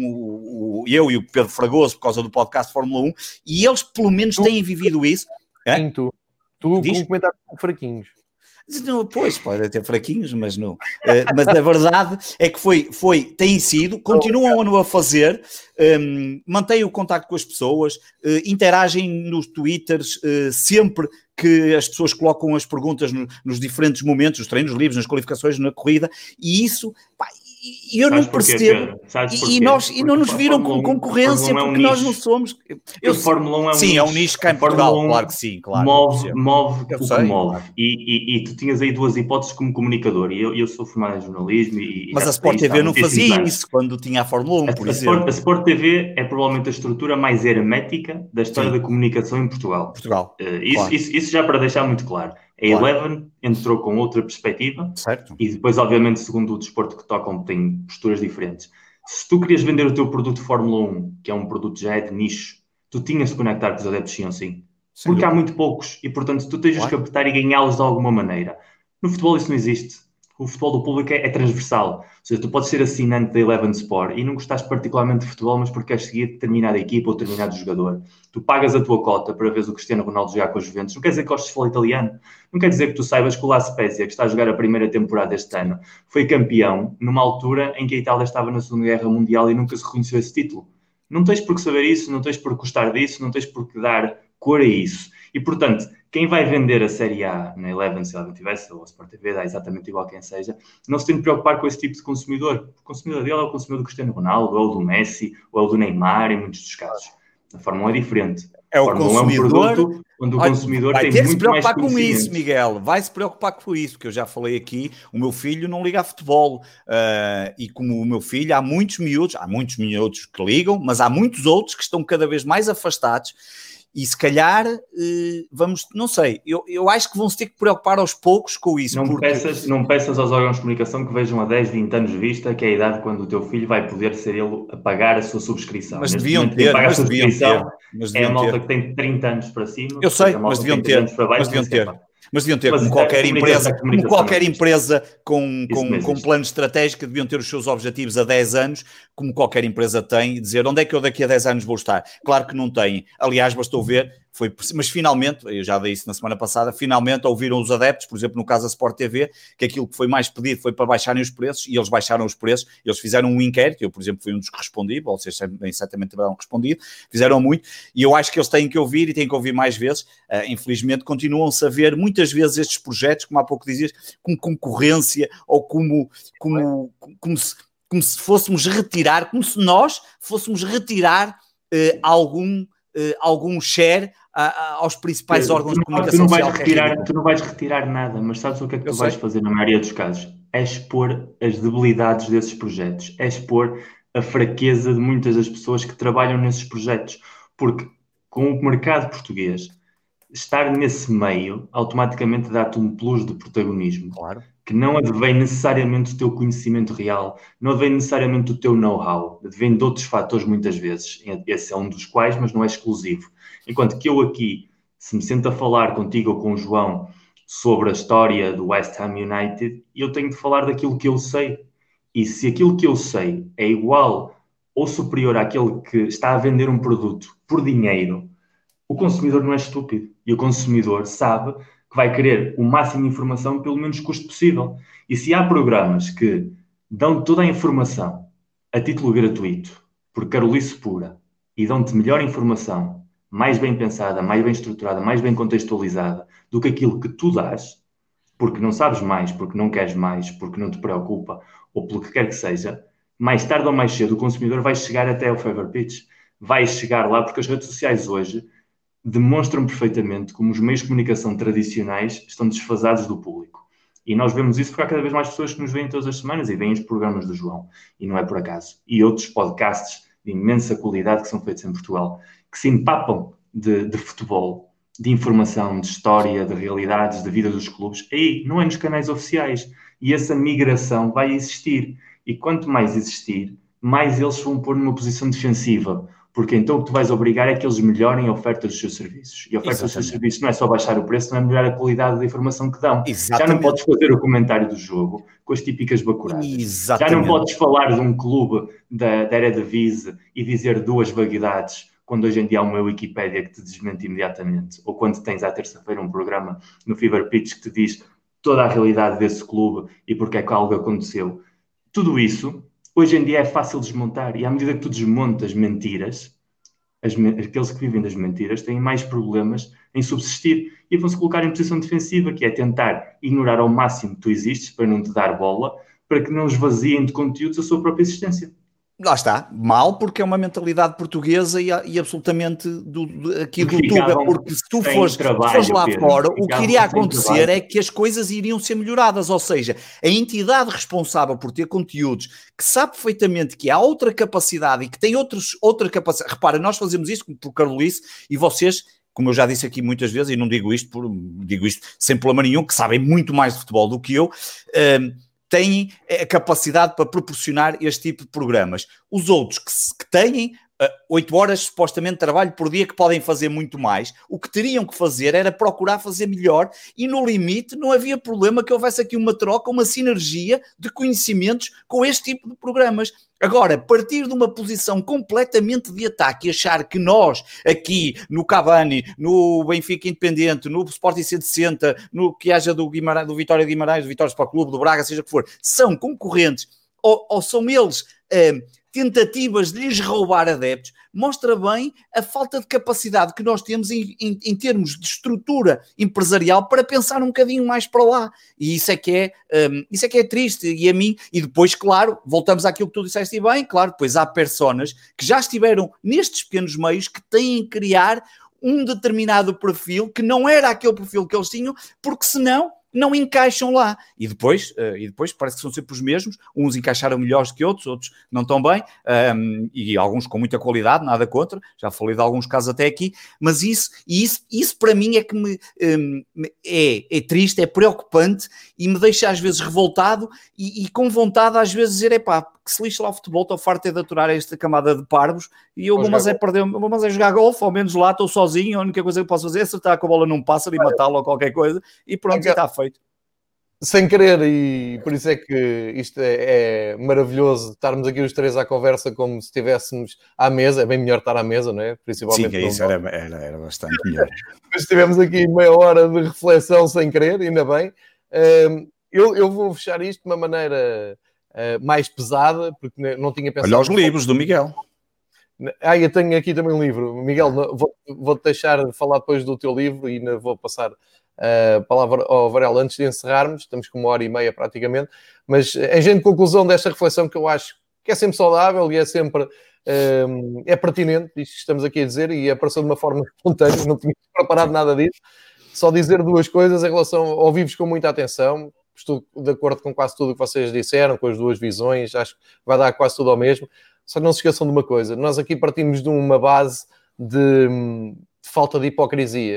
eu e o Pedro Fragoso, por causa do podcast Fórmula 1, e eles pelo menos têm vivido isso. Tu com comentários fraquinhos. Não, pois, pode ter fraquinhos, mas não. Mas a verdade é que tem sido, continuam a fazer, mantêm o contacto com as pessoas, interagem nos Twitters sempre que as pessoas colocam as perguntas nos diferentes momentos, nos treinos livres, nas qualificações, na corrida, e isso... E eu não percebo, e não nos viram como concorrência, porque nós não somos... A Fórmula 1 é um nicho. Sim, é um nicho cá em Portugal, claro que sim. Claro, move o que move. E tu tinhas aí duas hipóteses como comunicador, e eu sou formado em jornalismo... Mas a Sport TV não fazia isso quando tinha a Fórmula 1, por exemplo. A Sport TV é provavelmente a estrutura mais hermética da história da comunicação em Portugal. Isso já para deixar muito claro. A Eleven entrou com outra perspectiva, certo. E depois, obviamente, segundo o desporto que tocam, tem posturas diferentes. Se tu querias vender o teu produto Fórmula 1, que é um produto já de nicho, tu tinhas de conectar com os adeptos sim ou sim. Porque há muito poucos e, portanto, tu tens de captar e ganhá-los de alguma maneira. No futebol isso não existe. O futebol do público é transversal. Ou seja, tu podes ser assinante da Eleven Sport e não gostares particularmente de futebol, mas porque queres seguir determinada equipa ou determinado jogador. Tu pagas a tua cota para veres o Cristiano Ronaldo jogar com os Juventus. Não quer dizer que gostes de futebol italiano. Não quer dizer que tu saibas que o La Spezia, que está a jogar a primeira temporada este ano, foi campeão numa altura em que a Itália estava na Segunda Guerra Mundial e nunca se reconheceu esse título. Não tens por que saber isso, não tens por que gostar disso, não tens por que dar cor a isso. E, portanto, quem vai vender a Série A na Eleven, se ela não tivesse, ou a Sport TV, dá exatamente igual quem seja, não se tem de preocupar com esse tipo de consumidor. O consumidor dele é o consumidor do Cristiano Ronaldo, ou do Messi, ou do Neymar, em muitos dos casos. A Fórmula 1 é diferente. É o consumidor, é um produto onde o consumidor tem muito mais conhecimento. Vai ter que se preocupar com isso, Miguel. Vai se preocupar com isso, que eu já falei aqui. O meu filho não liga a futebol. E como o meu filho, há muitos miúdos que ligam, mas há muitos outros que estão cada vez mais afastados. E se calhar, não sei, eu acho que vão-se ter que preocupar aos poucos com isso. Não peças aos órgãos de comunicação que vejam a 10, 20 anos de vista, que é a idade quando o teu filho vai poder ser ele a pagar a sua subscrição. Mas deviam ter. É a malta que tem 30 anos para cima. Eu sei, mas deviam ter. Mas deviam ter, como qualquer empresa com plano estratégico, deviam ter os seus objetivos a 10 anos, como qualquer empresa tem, e dizer onde é que eu daqui a 10 anos vou estar. Claro que não têm. Aliás, bastou ver, mas finalmente, eu já dei isso na semana passada, finalmente ouviram os adeptos, por exemplo, no caso da Sport TV, que aquilo que foi mais pedido foi para baixarem os preços, e eles baixaram os preços, eles fizeram um inquérito, eu, por exemplo, fui um dos que respondi, vocês certamente terão respondido, fizeram muito, e eu acho que eles têm que ouvir, e têm que ouvir mais vezes. Infelizmente, continuam-se a ver muitas vezes estes projetos, como há pouco dizias, como concorrência, ou como se fôssemos retirar, como se nós fôssemos retirar algum share aos principais órgãos de comunicação social. Tu não vais retirar nada, mas sabes o que é que tu vais fazer na maioria dos casos? É expor as debilidades desses projetos, é expor a fraqueza de muitas das pessoas que trabalham nesses projetos, porque com o mercado português, estar nesse meio automaticamente dá-te um plus de protagonismo. Claro. que não advém necessariamente do teu conhecimento real, não advém necessariamente do teu know-how, advém de outros fatores muitas vezes. Esse é um dos quais, mas não é exclusivo. Enquanto que eu aqui, se me sento a falar contigo ou com o João sobre a história do West Ham United, eu tenho de falar daquilo que eu sei. E se aquilo que eu sei é igual ou superior àquele que está a vender um produto por dinheiro, o consumidor não é estúpido. E o consumidor sabe que vai querer o máximo de informação pelo menos custo possível. E se há programas que dão toda a informação a título gratuito, por carolice pura, e dão-te melhor informação, mais bem pensada, mais bem estruturada, mais bem contextualizada, do que aquilo que tu dás, porque não sabes mais, porque não queres mais, porque não te preocupa, ou pelo que quer que seja, mais tarde ou mais cedo o consumidor vai chegar até ao Fever Pitch. Vai chegar lá, porque as redes sociais hoje demonstram perfeitamente como os meios de comunicação tradicionais estão desfasados do público. E nós vemos isso porque há cada vez mais pessoas que nos veem todas as semanas e veem os programas do João. E não é por acaso. E outros podcasts de imensa qualidade que são feitos em Portugal, que se empapam de futebol, de informação, de história, de realidades, da vida dos clubes. Aí, não é nos canais oficiais. E essa migração vai existir. E quanto mais existir, mais eles vão pôr numa posição defensiva. Porque então o que tu vais obrigar é que eles melhorem a oferta dos seus serviços. E a oferta dos seus serviços não é só baixar o preço, não é melhorar a qualidade da informação que dão. Exatamente. Já não podes fazer o comentário do jogo com as típicas bacuradas. Exatamente. Já não podes falar de um clube da Eredivisie e dizer duas vaguidades, quando hoje em dia há uma Wikipédia que te desmente imediatamente. Ou quando tens à terça-feira um programa no Fever Pitch que te diz toda a realidade desse clube e porque é que algo aconteceu. Tudo isso hoje em dia é fácil desmontar, e à medida que tu desmontas mentiras, aqueles que vivem das mentiras têm mais problemas em subsistir e vão-se colocar em posição defensiva, que é tentar ignorar ao máximo que tu existes para não te dar bola, para que não esvaziem de conteúdos a sua própria existência. Lá está, mal, porque é uma mentalidade portuguesa e absolutamente aqui do Tuga, porque se tu fores lá fora, o que iria acontecer é que as coisas iriam ser melhoradas, ou seja, a entidade responsável por ter conteúdos, que sabe perfeitamente que há outra capacidade e que tem outra capacidade, repara, nós fazemos isto por carolice e vocês, como eu já disse aqui muitas vezes, e não digo isto sem problema nenhum, que sabem muito mais de futebol do que eu, têm a capacidade para proporcionar este tipo de programas. Os outros que têm 8 horas supostamente de trabalho por dia, que podem fazer muito mais, o que teriam que fazer era procurar fazer melhor e no limite não havia problema que houvesse aqui uma troca, uma sinergia de conhecimentos com este tipo de programas. Agora, partir de uma posição completamente de ataque e achar que nós, aqui no Cavani, no Benfica Independente, no Sporting 160, no que haja do Vitória de Guimarães, do Vitória Sport Clube, do Braga, seja o que for, são concorrentes ou são eles tentativas de lhes roubar adeptos, mostra bem a falta de capacidade que nós temos em termos de estrutura empresarial para pensar um bocadinho mais para lá. E isso é que é triste. E a mim, e depois, claro, voltamos àquilo que tu disseste bem, claro, depois há personas que já estiveram nestes pequenos meios que têm que criar um determinado perfil que não era aquele perfil que eles tinham, porque senão não encaixam lá. E depois parece que são sempre os mesmos. Uns encaixaram melhores que outros não tão bem, e alguns com muita qualidade, nada contra. Já falei de alguns casos até aqui. Mas isso para mim é que é triste, é preocupante e me deixa às vezes revoltado e com vontade às vezes de dizer, epá, que se lixe lá o futebol, estou farto de aturar esta camada de parvos e eu vou mas é jogar golfe, ao menos lá estou sozinho, a única coisa que eu posso fazer é acertar com a bola num pássaro e matá-lo ou qualquer coisa e pronto, está feito. Sem querer, e por isso é que isto é maravilhoso estarmos aqui os três à conversa como se estivéssemos à mesa. É bem melhor estar à mesa, não é? Principalmente. Sim, isso era bastante melhor. Mas tivemos aqui meia hora de reflexão sem querer, ainda bem. Eu vou fechar isto de uma maneira mais pesada, porque não tinha pensado... Olha os livros do Miguel. Eu tenho aqui também um livro. Miguel, vou-te deixar de falar depois do teu livro e ainda vou passar a palavra ao Varela antes de encerrarmos. Estamos com 1h30 praticamente. Mas em conclusão desta reflexão que eu acho que é sempre saudável e é sempre é pertinente, isto que estamos aqui a dizer, e apareceu de uma forma espontânea, não tinha preparado nada disso. Só dizer duas coisas em relação ao ouvi-vos com muita atenção. Estou de acordo com quase tudo o que vocês disseram, com as duas visões, acho que vai dar quase tudo ao mesmo. Só não se esqueçam de uma coisa, nós aqui partimos de uma base de falta de hipocrisia.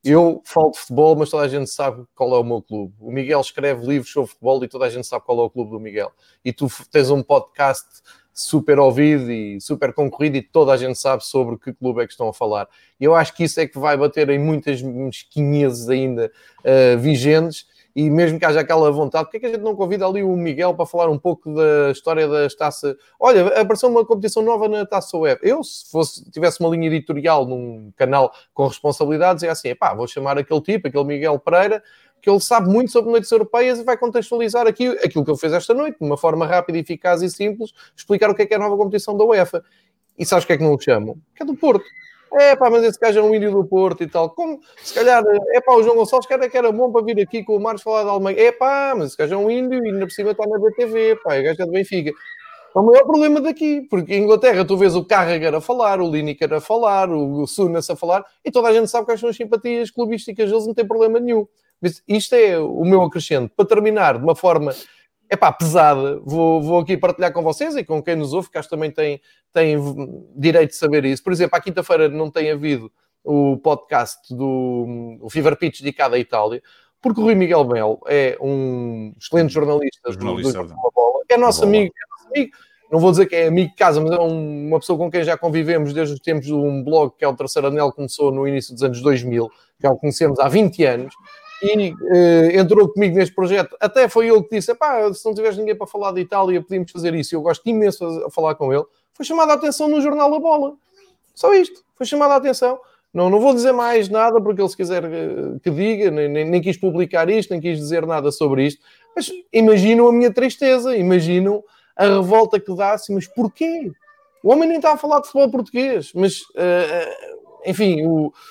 Eu falo de futebol, mas toda a gente sabe qual é o meu clube. O Miguel escreve livros sobre futebol e toda a gente sabe qual é o clube do Miguel. E tu tens um podcast super ouvido e super concorrido e toda a gente sabe sobre que clube é que estão a falar. E eu acho que isso é que vai bater em muitas mesquinhezes ainda vigentes. E mesmo que haja aquela vontade, porque é que a gente não convida ali o Miguel para falar um pouco da história das taças? Olha, apareceu uma competição nova na Taça Web. Eu, se tivesse uma linha editorial num canal com responsabilidades, é assim, vou chamar aquele tipo, aquele Miguel Pereira, que ele sabe muito sobre noites europeias e vai contextualizar aqui aquilo que ele fez esta noite, de uma forma rápida, eficaz e simples, explicar o que é a nova competição da UEFA. E sabes o que é que não o chamam? Que é do Porto. Mas esse gajo é um índio do Porto e tal. Como, se calhar, o João Gonçalves que era bom para vir aqui com o Marcos falar de Alemanha. Mas esse gajo é um índio e ainda por cima está na BTV, o gajo é do Benfica. É o maior problema daqui, porque em Inglaterra tu vês o Carragher a falar, o Lineker a falar, o Sunas a falar, e toda a gente sabe quais são as simpatias clubísticas deles, não tem problema nenhum. Mas isto é o meu acrescento. Para terminar, de uma forma... pesada, vou aqui partilhar com vocês e com quem nos ouve, que acho que também tem direito de saber isso. Por exemplo, à quinta-feira não tem havido o podcast do Fever Pitch dedicado à Itália, porque o Rui Miguel Melo é um excelente jornalista do Jogo da Bola, é nosso amigo, não vou dizer que é amigo de casa, mas é uma pessoa com quem já convivemos desde os tempos de um blog que é o Terceiro Anel, que começou no início dos anos 2000, já o conhecemos há 20 anos, e entrou comigo neste projeto. Até foi ele que disse, se não tiveres ninguém para falar de Itália, podíamos fazer isso. Eu gosto imenso a falar com ele. Foi chamada a atenção no Jornal da Bola. Só isto. Foi chamada a atenção. Não vou dizer mais nada, porque ele se quiser que diga, nem quis publicar isto, nem quis dizer nada sobre isto. Mas imaginam a minha tristeza, imaginam a revolta que dá assim, mas porquê? O homem nem está a falar de futebol português, mas... enfim,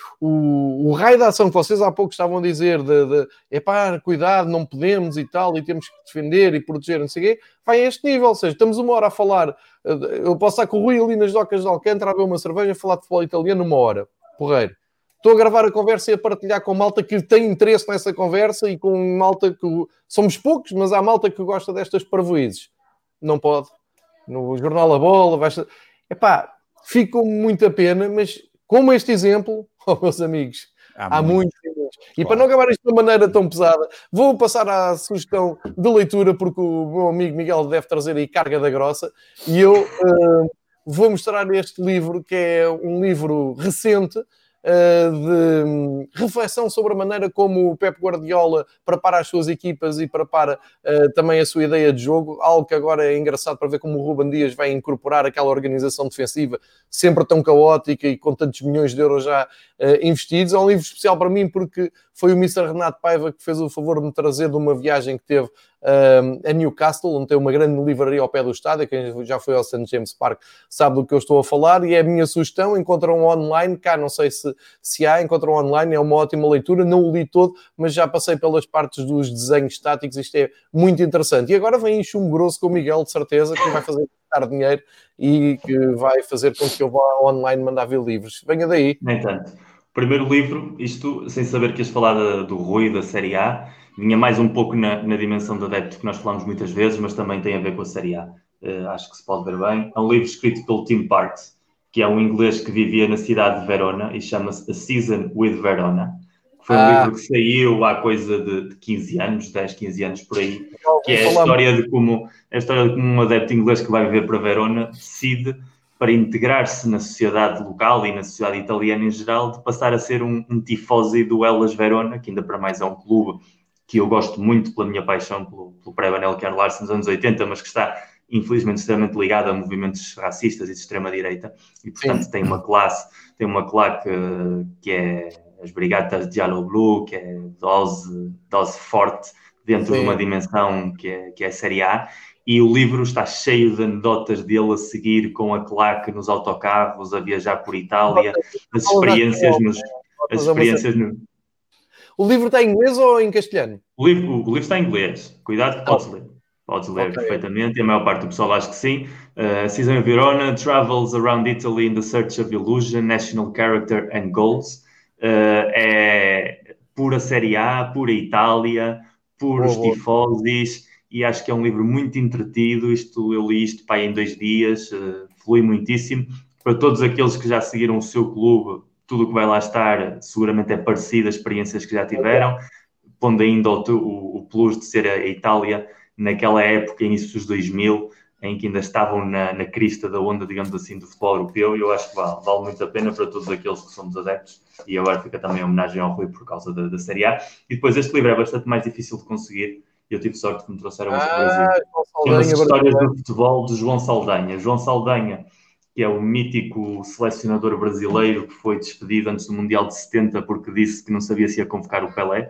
o raio da ação que vocês há pouco estavam a dizer cuidado, não podemos e tal, e temos que defender e proteger, não sei o quê, vai a este nível, ou seja, estamos uma hora a falar, eu posso estar com o Rui ali nas docas de Alcântara a beber uma cerveja, a falar de futebol italiano uma hora, porreiro. Estou a gravar a conversa e a partilhar com malta que tem interesse nessa conversa e com malta que... Somos poucos, mas há malta que gosta destas parvoízes. Não pode. No Jornal da Bola, vai... fico com muita pena, mas... Como este exemplo, meus amigos, há muitos. E para não acabar isto de uma maneira tão pesada, vou passar à sugestão de leitura, porque o meu amigo Miguel deve trazer aí carga da grossa, e eu vou mostrar este livro, que é um livro recente, de reflexão sobre a maneira como o Pep Guardiola prepara as suas equipas e prepara também a sua ideia de jogo, algo que agora é engraçado para ver como o Ruben Dias vai incorporar aquela organização defensiva sempre tão caótica e com tantos milhões de euros já investidos. É um livro especial para mim porque foi o Mr. Renato Paiva que fez o favor de me trazer de uma viagem que teve a Newcastle, onde tem uma grande livraria ao pé do estádio. Quem já foi ao St. James Park sabe do que eu estou a falar, e é a minha sugestão. Encontram online, cá não sei se há, encontram online, é uma ótima leitura, não o li todo, mas já passei pelas partes dos desenhos estáticos, isto é muito interessante. E agora vem em chumbo grosso com o Miguel, de certeza, que vai fazer gastar dinheiro e que vai fazer com que eu vá online mandar ver livros. Venha daí. Nem tanto. Primeiro livro, isto sem saber que ias falar do Rui, da Série A, vinha mais um pouco na dimensão do adepto que nós falamos muitas vezes, mas também tem a ver com a Série A. Acho que se pode ver bem. É um livro escrito pelo Tim Parks, que é um inglês que vivia na cidade de Verona e chama-se A Season with Verona. Foi um livro que saiu há coisa de 15 anos, 10, 15 anos por aí, que é a história de como um adepto inglês que vai viver para Verona decide, para integrar-se na sociedade local e na sociedade italiana em geral, de passar a ser um tifosi do Hellas Verona, que ainda para mais é um clube que eu gosto muito pela minha paixão pelo pré-Banel Ken Larsen nos anos 80, mas que está infelizmente extremamente ligado a movimentos racistas e de extrema-direita, e portanto tem uma claque que é as Brigatas Giallo Blu, que é dose forte dentro de uma dimensão que é a Série A. E o livro está cheio de anedotas dele a seguir com a claque nos autocarros, a viajar por Itália, as experiências O livro está em inglês ou em castelhano? O livro está em inglês. Cuidado que podes ler. Podes ler perfeitamente, e a maior parte do pessoal acha que sim. Season of Verona travels around Italy in the search of illusion, national character and goals. É pura Série A, pura Itália, puros tifosis. E acho que é um livro muito entretido. Eu li isto em 2 dias, flui muitíssimo. Para todos aqueles que já seguiram o seu clube, tudo o que vai lá estar seguramente é parecido às experiências que já tiveram, pondo ainda o plus de ser a Itália naquela época, início dos 2000, em que ainda estavam na crista da onda, digamos assim, do futebol europeu, e eu acho que vale muito a pena para todos aqueles que somos adeptos, e agora fica também a homenagem ao Rui por causa da Série A. E depois este livro é bastante mais difícil de conseguir, e eu tive sorte que me trouxeram este Brasil. Chama-se Histórias do Futebol, de João Saldanha. João Saldanha, que é o mítico selecionador brasileiro que foi despedido antes do Mundial de 70 porque disse que não sabia se ia convocar o Pelé,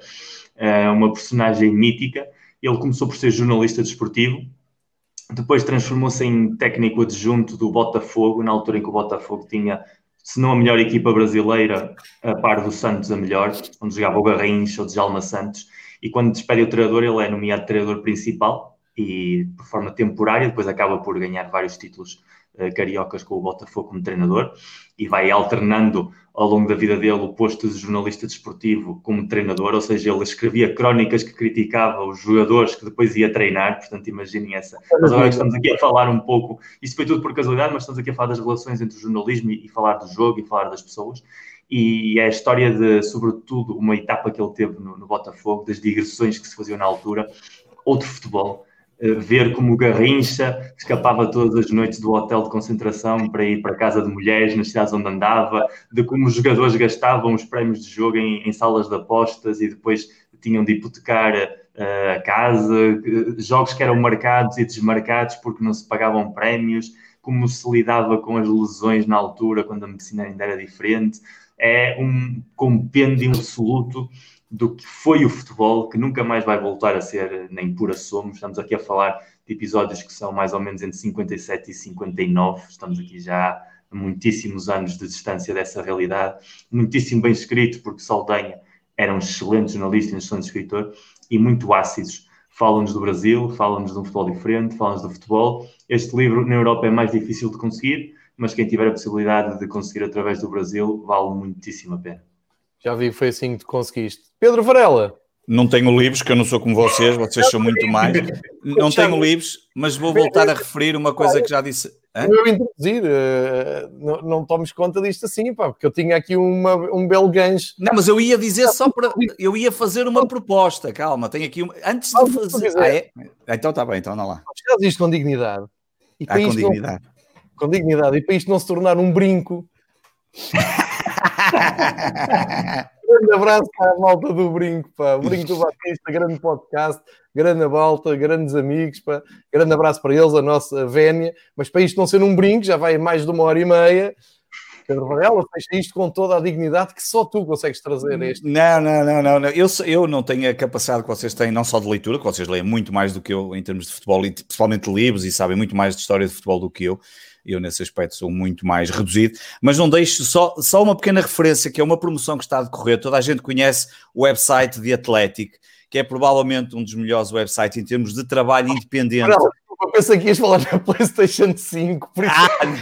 uma personagem mítica. Ele começou por ser jornalista desportivo, depois transformou-se em técnico adjunto do Botafogo, na altura em que o Botafogo tinha, se não a melhor equipa brasileira, a par do Santos a melhor, onde jogava o Garrincha ou o Djalma Santos, e quando despede o treinador, ele é nomeado treinador principal, e de forma temporária, depois acaba por ganhar vários títulos cariocas com o Botafogo como treinador, e vai alternando ao longo da vida dele o posto de jornalista desportivo como treinador, ou seja, ele escrevia crónicas que criticava os jogadores que depois ia treinar, portanto imaginem essa. Nós agora estamos aqui a falar um pouco, isto foi tudo por casualidade, mas estamos aqui a falar das relações entre o jornalismo e falar do jogo e falar das pessoas, e é a história de, sobretudo, uma etapa que ele teve no Botafogo, das digressões que se faziam na altura, outro futebol, ver como o Garrincha escapava todas as noites do hotel de concentração para ir para a casa de mulheres nas cidades onde andava, de como os jogadores gastavam os prémios de jogo em salas de apostas e depois tinham de hipotecar a casa, jogos que eram marcados e desmarcados porque não se pagavam prémios, como se lidava com as lesões na altura, quando a medicina ainda era diferente. É um compêndio absoluto do que foi o futebol, que nunca mais vai voltar a ser nem pura somos. Estamos aqui a falar de episódios que são mais ou menos entre 57 e 59. Estamos aqui já há muitíssimos anos de distância dessa realidade. Muitíssimo bem escrito, porque Saldanha era um excelente jornalista e um excelente escritor, e muito ácidos. Falam-nos do Brasil, falam-nos de um futebol diferente, falam-nos do futebol. Este livro na Europa é mais difícil de conseguir, mas quem tiver a possibilidade de conseguir através do Brasil, vale muitíssimo a pena. Já vi que foi assim que tu conseguiste. Pedro Varela. Não tenho livros, que eu não sou como vocês são muito mais. Não tenho livros, mas vou voltar a referir uma coisa que já disse. Eu introduzir, não tomes conta disto assim, pá, porque eu tinha aqui um belo gancho. Não, mas eu ia dizer só para... Eu ia fazer uma proposta, calma, tenho aqui uma... Antes de fazer... é? Então está bem, então anda lá. Faz isto com dignidade. E com dignidade. Com dignidade. E para isto não se tornar um brinco... Grande abraço para a malta do Brinco, pá. Brinco do Batista, grande podcast, grande malta, grandes amigos, pá. Grande abraço para eles, a nossa vénia. Mas para isto não ser um brinco, já vai mais de 1h30. Pedro Varela, fecha isto com toda a dignidade que só tu consegues trazer este. Não. Eu não tenho a capacidade que vocês têm, não só de leitura, que vocês leem muito mais do que eu em termos de futebol, e principalmente livros, e sabem muito mais de história de futebol do que eu. Eu, nesse aspecto, sou muito mais reduzido, mas não deixo só uma pequena referência, que é uma promoção que está a decorrer. Toda a gente conhece o website The Athletic, que é provavelmente um dos melhores websites em termos de trabalho independente. Eu pensei que ias falar da PlayStation 5. Por isso...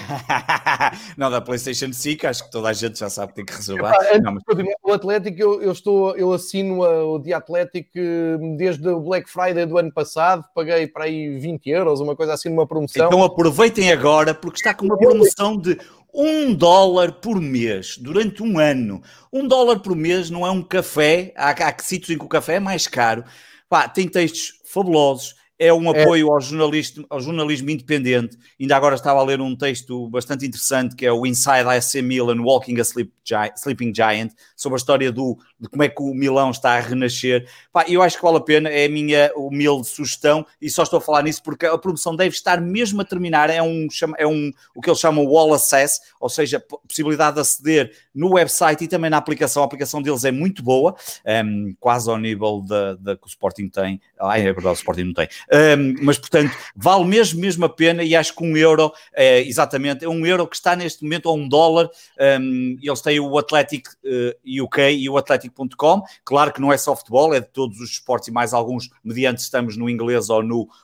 não, da PlayStation 5, acho que toda a gente já sabe que tem que reservar. O Atlético, eu assino o The Athletic desde o Black Friday do ano passado, paguei para aí 20 euros, uma coisa assim, numa promoção. Então aproveitem agora, porque está com uma promoção de $1 por mês, durante um ano. $1 por mês não é um café, há sítios em que o café é mais caro. Pá, tem textos fabulosos. É um apoio ao jornalismo independente. Ainda agora estava a ler um texto bastante interessante, que é o Inside AC Milan Walking a Sleeping Giant, sobre a história de como é que o Milão está a renascer. Pá, eu acho que vale a pena, é a minha humilde sugestão, e só estou a falar nisso porque a promoção deve estar mesmo a terminar. É o que eles chamam Wall Access, ou seja, possibilidade de aceder no website e também na aplicação. A aplicação deles é muito boa, quase ao nível da que o Sporting tem. É verdade, o Sporting não tem. Mas, portanto, vale mesmo a pena, e acho que €1, exatamente, é €1 que está neste momento a $1. Eles têm o Athletic UK e o Athletic.com. Claro que não é só futebol, é de todos os esportes e mais alguns, mediante estamos no inglês ou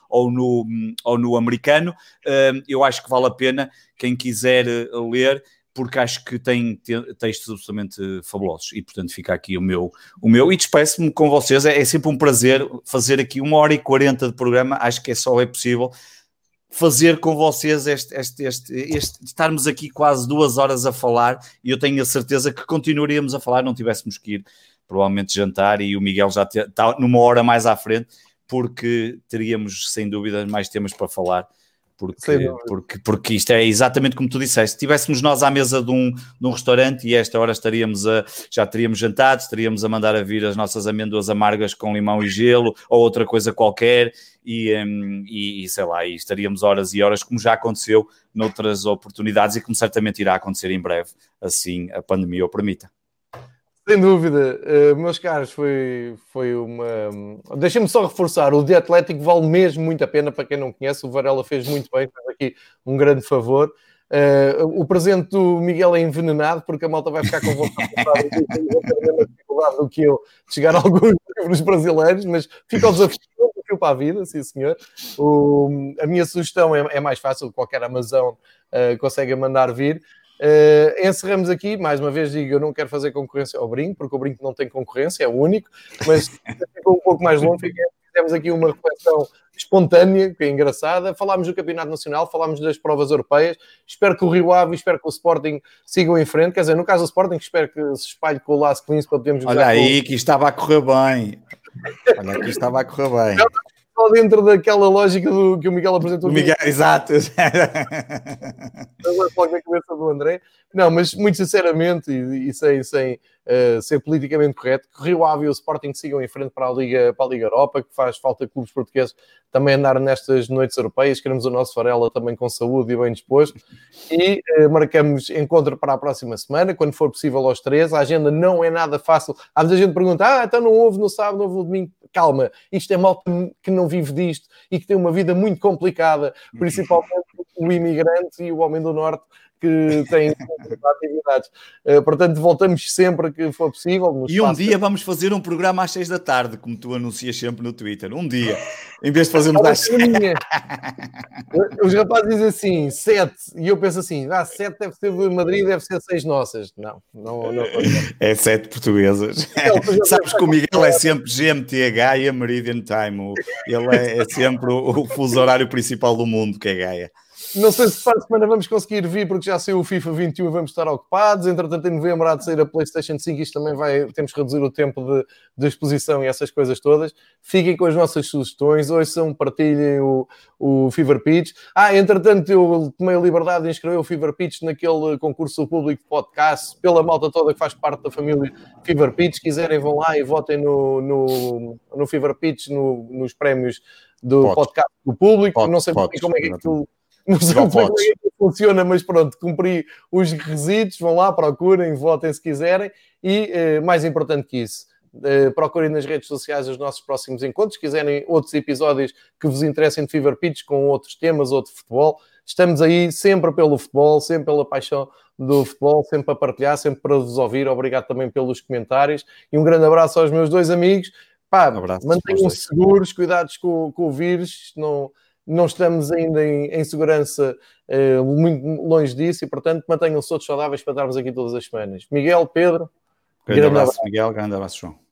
no americano. Eu acho que vale a pena quem quiser ler, porque acho que tem textos absolutamente fabulosos, e portanto fica aqui o meu e despeço-me com vocês. É sempre um prazer fazer aqui 1h40 de programa, acho que só é possível fazer com vocês estarmos aqui quase 2 horas a falar, e eu tenho a certeza que continuaríamos a falar, não tivéssemos que ir provavelmente jantar, e o Miguel já está numa hora mais à frente, porque teríamos sem dúvida mais temas para falar, porque isto é exatamente como tu disseste. Se estivéssemos nós à mesa de um restaurante e a esta hora já teríamos jantado, estaríamos a mandar a vir as nossas amêndoas amargas com limão e gelo ou outra coisa qualquer, e sei lá, e estaríamos horas e horas, como já aconteceu noutras oportunidades e como certamente irá acontecer em breve, assim a pandemia o permita. Sem dúvida, meus caros, foi uma... Deixem-me só reforçar, o The Athletic vale mesmo muito a pena, para quem não conhece, o Varela fez muito bem, faz aqui um grande favor. O presente do Miguel é envenenado, porque a malta vai ficar com vontade de dificuldade do que eu de chegar a alguns livros brasileiros, mas fica ao desafio para a vida, sim senhor. A minha sugestão é mais fácil, qualquer Amazon consegue mandar vir. Encerramos aqui, mais uma vez digo, eu não quero fazer concorrência ao Brinco, porque o Brinco não tem concorrência, é o único, mas ficou um pouco mais longo, fizemos aqui uma reflexão espontânea, que é engraçada, falámos do Campeonato Nacional, falámos das provas europeias, espero que o Rio Ave, espero que o Sporting sigam em frente, quer dizer, no caso do Sporting, espero que se espalhe com o Lask Lins para podermos jogar. Olha aí, que estava a correr bem. Olha, aqui estava a correr bem. Só dentro daquela lógica que o Miguel apresentou. Exato. Logo na cabeça do André. Não, mas muito sinceramente e sem ser politicamente correto, que o Rio Ave e o Sporting sigam em frente para a Liga Europa, que faz falta clubes portugueses também andar nestas noites europeias. Queremos o nosso Varela também com saúde e bem disposto. E marcamos encontro para a próxima semana, quando for possível aos 3. A agenda não é nada fácil. Há muita gente que pergunta, então não houve no sábado, não houve no domingo. Calma, isto é malta que não vive disto e que tem uma vida muito complicada, principalmente o imigrante e o homem do Norte, que têm atividades. Portanto, voltamos sempre que for possível. E um dia vamos fazer um programa às 6 da tarde, como tu anuncias sempre no Twitter. Um dia, em vez de fazermos às 6. Os rapazes dizem assim, 7, e eu penso assim, 7 deve ser de Madrid, deve ser 6 nossas. Não. É 7 portuguesas. Sabes que o Miguel é sempre GMT, Gaia Meridian Time. Ele é sempre o fuso horário principal do mundo, que é Gaia. Não sei se para a semana vamos conseguir vir, porque já saiu o FIFA 21 e vamos estar ocupados. Entretanto, em novembro há de sair a PlayStation 5. Isto também temos que reduzir o tempo de exposição e essas coisas todas. Fiquem com as nossas sugestões. Ouçam, partilhem o Fever Pitch. Entretanto, eu tomei a liberdade de inscrever o Fever Pitch naquele concurso público de podcast, pela malta toda que faz parte da família Fever Pitch. Se quiserem, vão lá e votem no Fever Pitch, nos prémios do podcast do público. Não sei como é que aquilo... Não sei como é que funciona, mas pronto, cumpri os requisitos, vão lá, procurem, votem se quiserem e, mais importante que isso, procurem nas redes sociais os nossos próximos encontros, se quiserem outros episódios que vos interessem de Fever Pitch com outros temas ou de futebol, estamos aí sempre pelo futebol, sempre pela paixão do futebol, sempre para partilhar, sempre para vos ouvir. Obrigado também pelos comentários e um grande abraço aos meus 2 amigos. Mantenham-se seguros, cuidados com o vírus, não estamos ainda em segurança, muito longe disso, e portanto mantenham-se todos saudáveis para estarmos aqui todas as semanas. Miguel, Pedro, grande abraço, Miguel, grande abraço, João.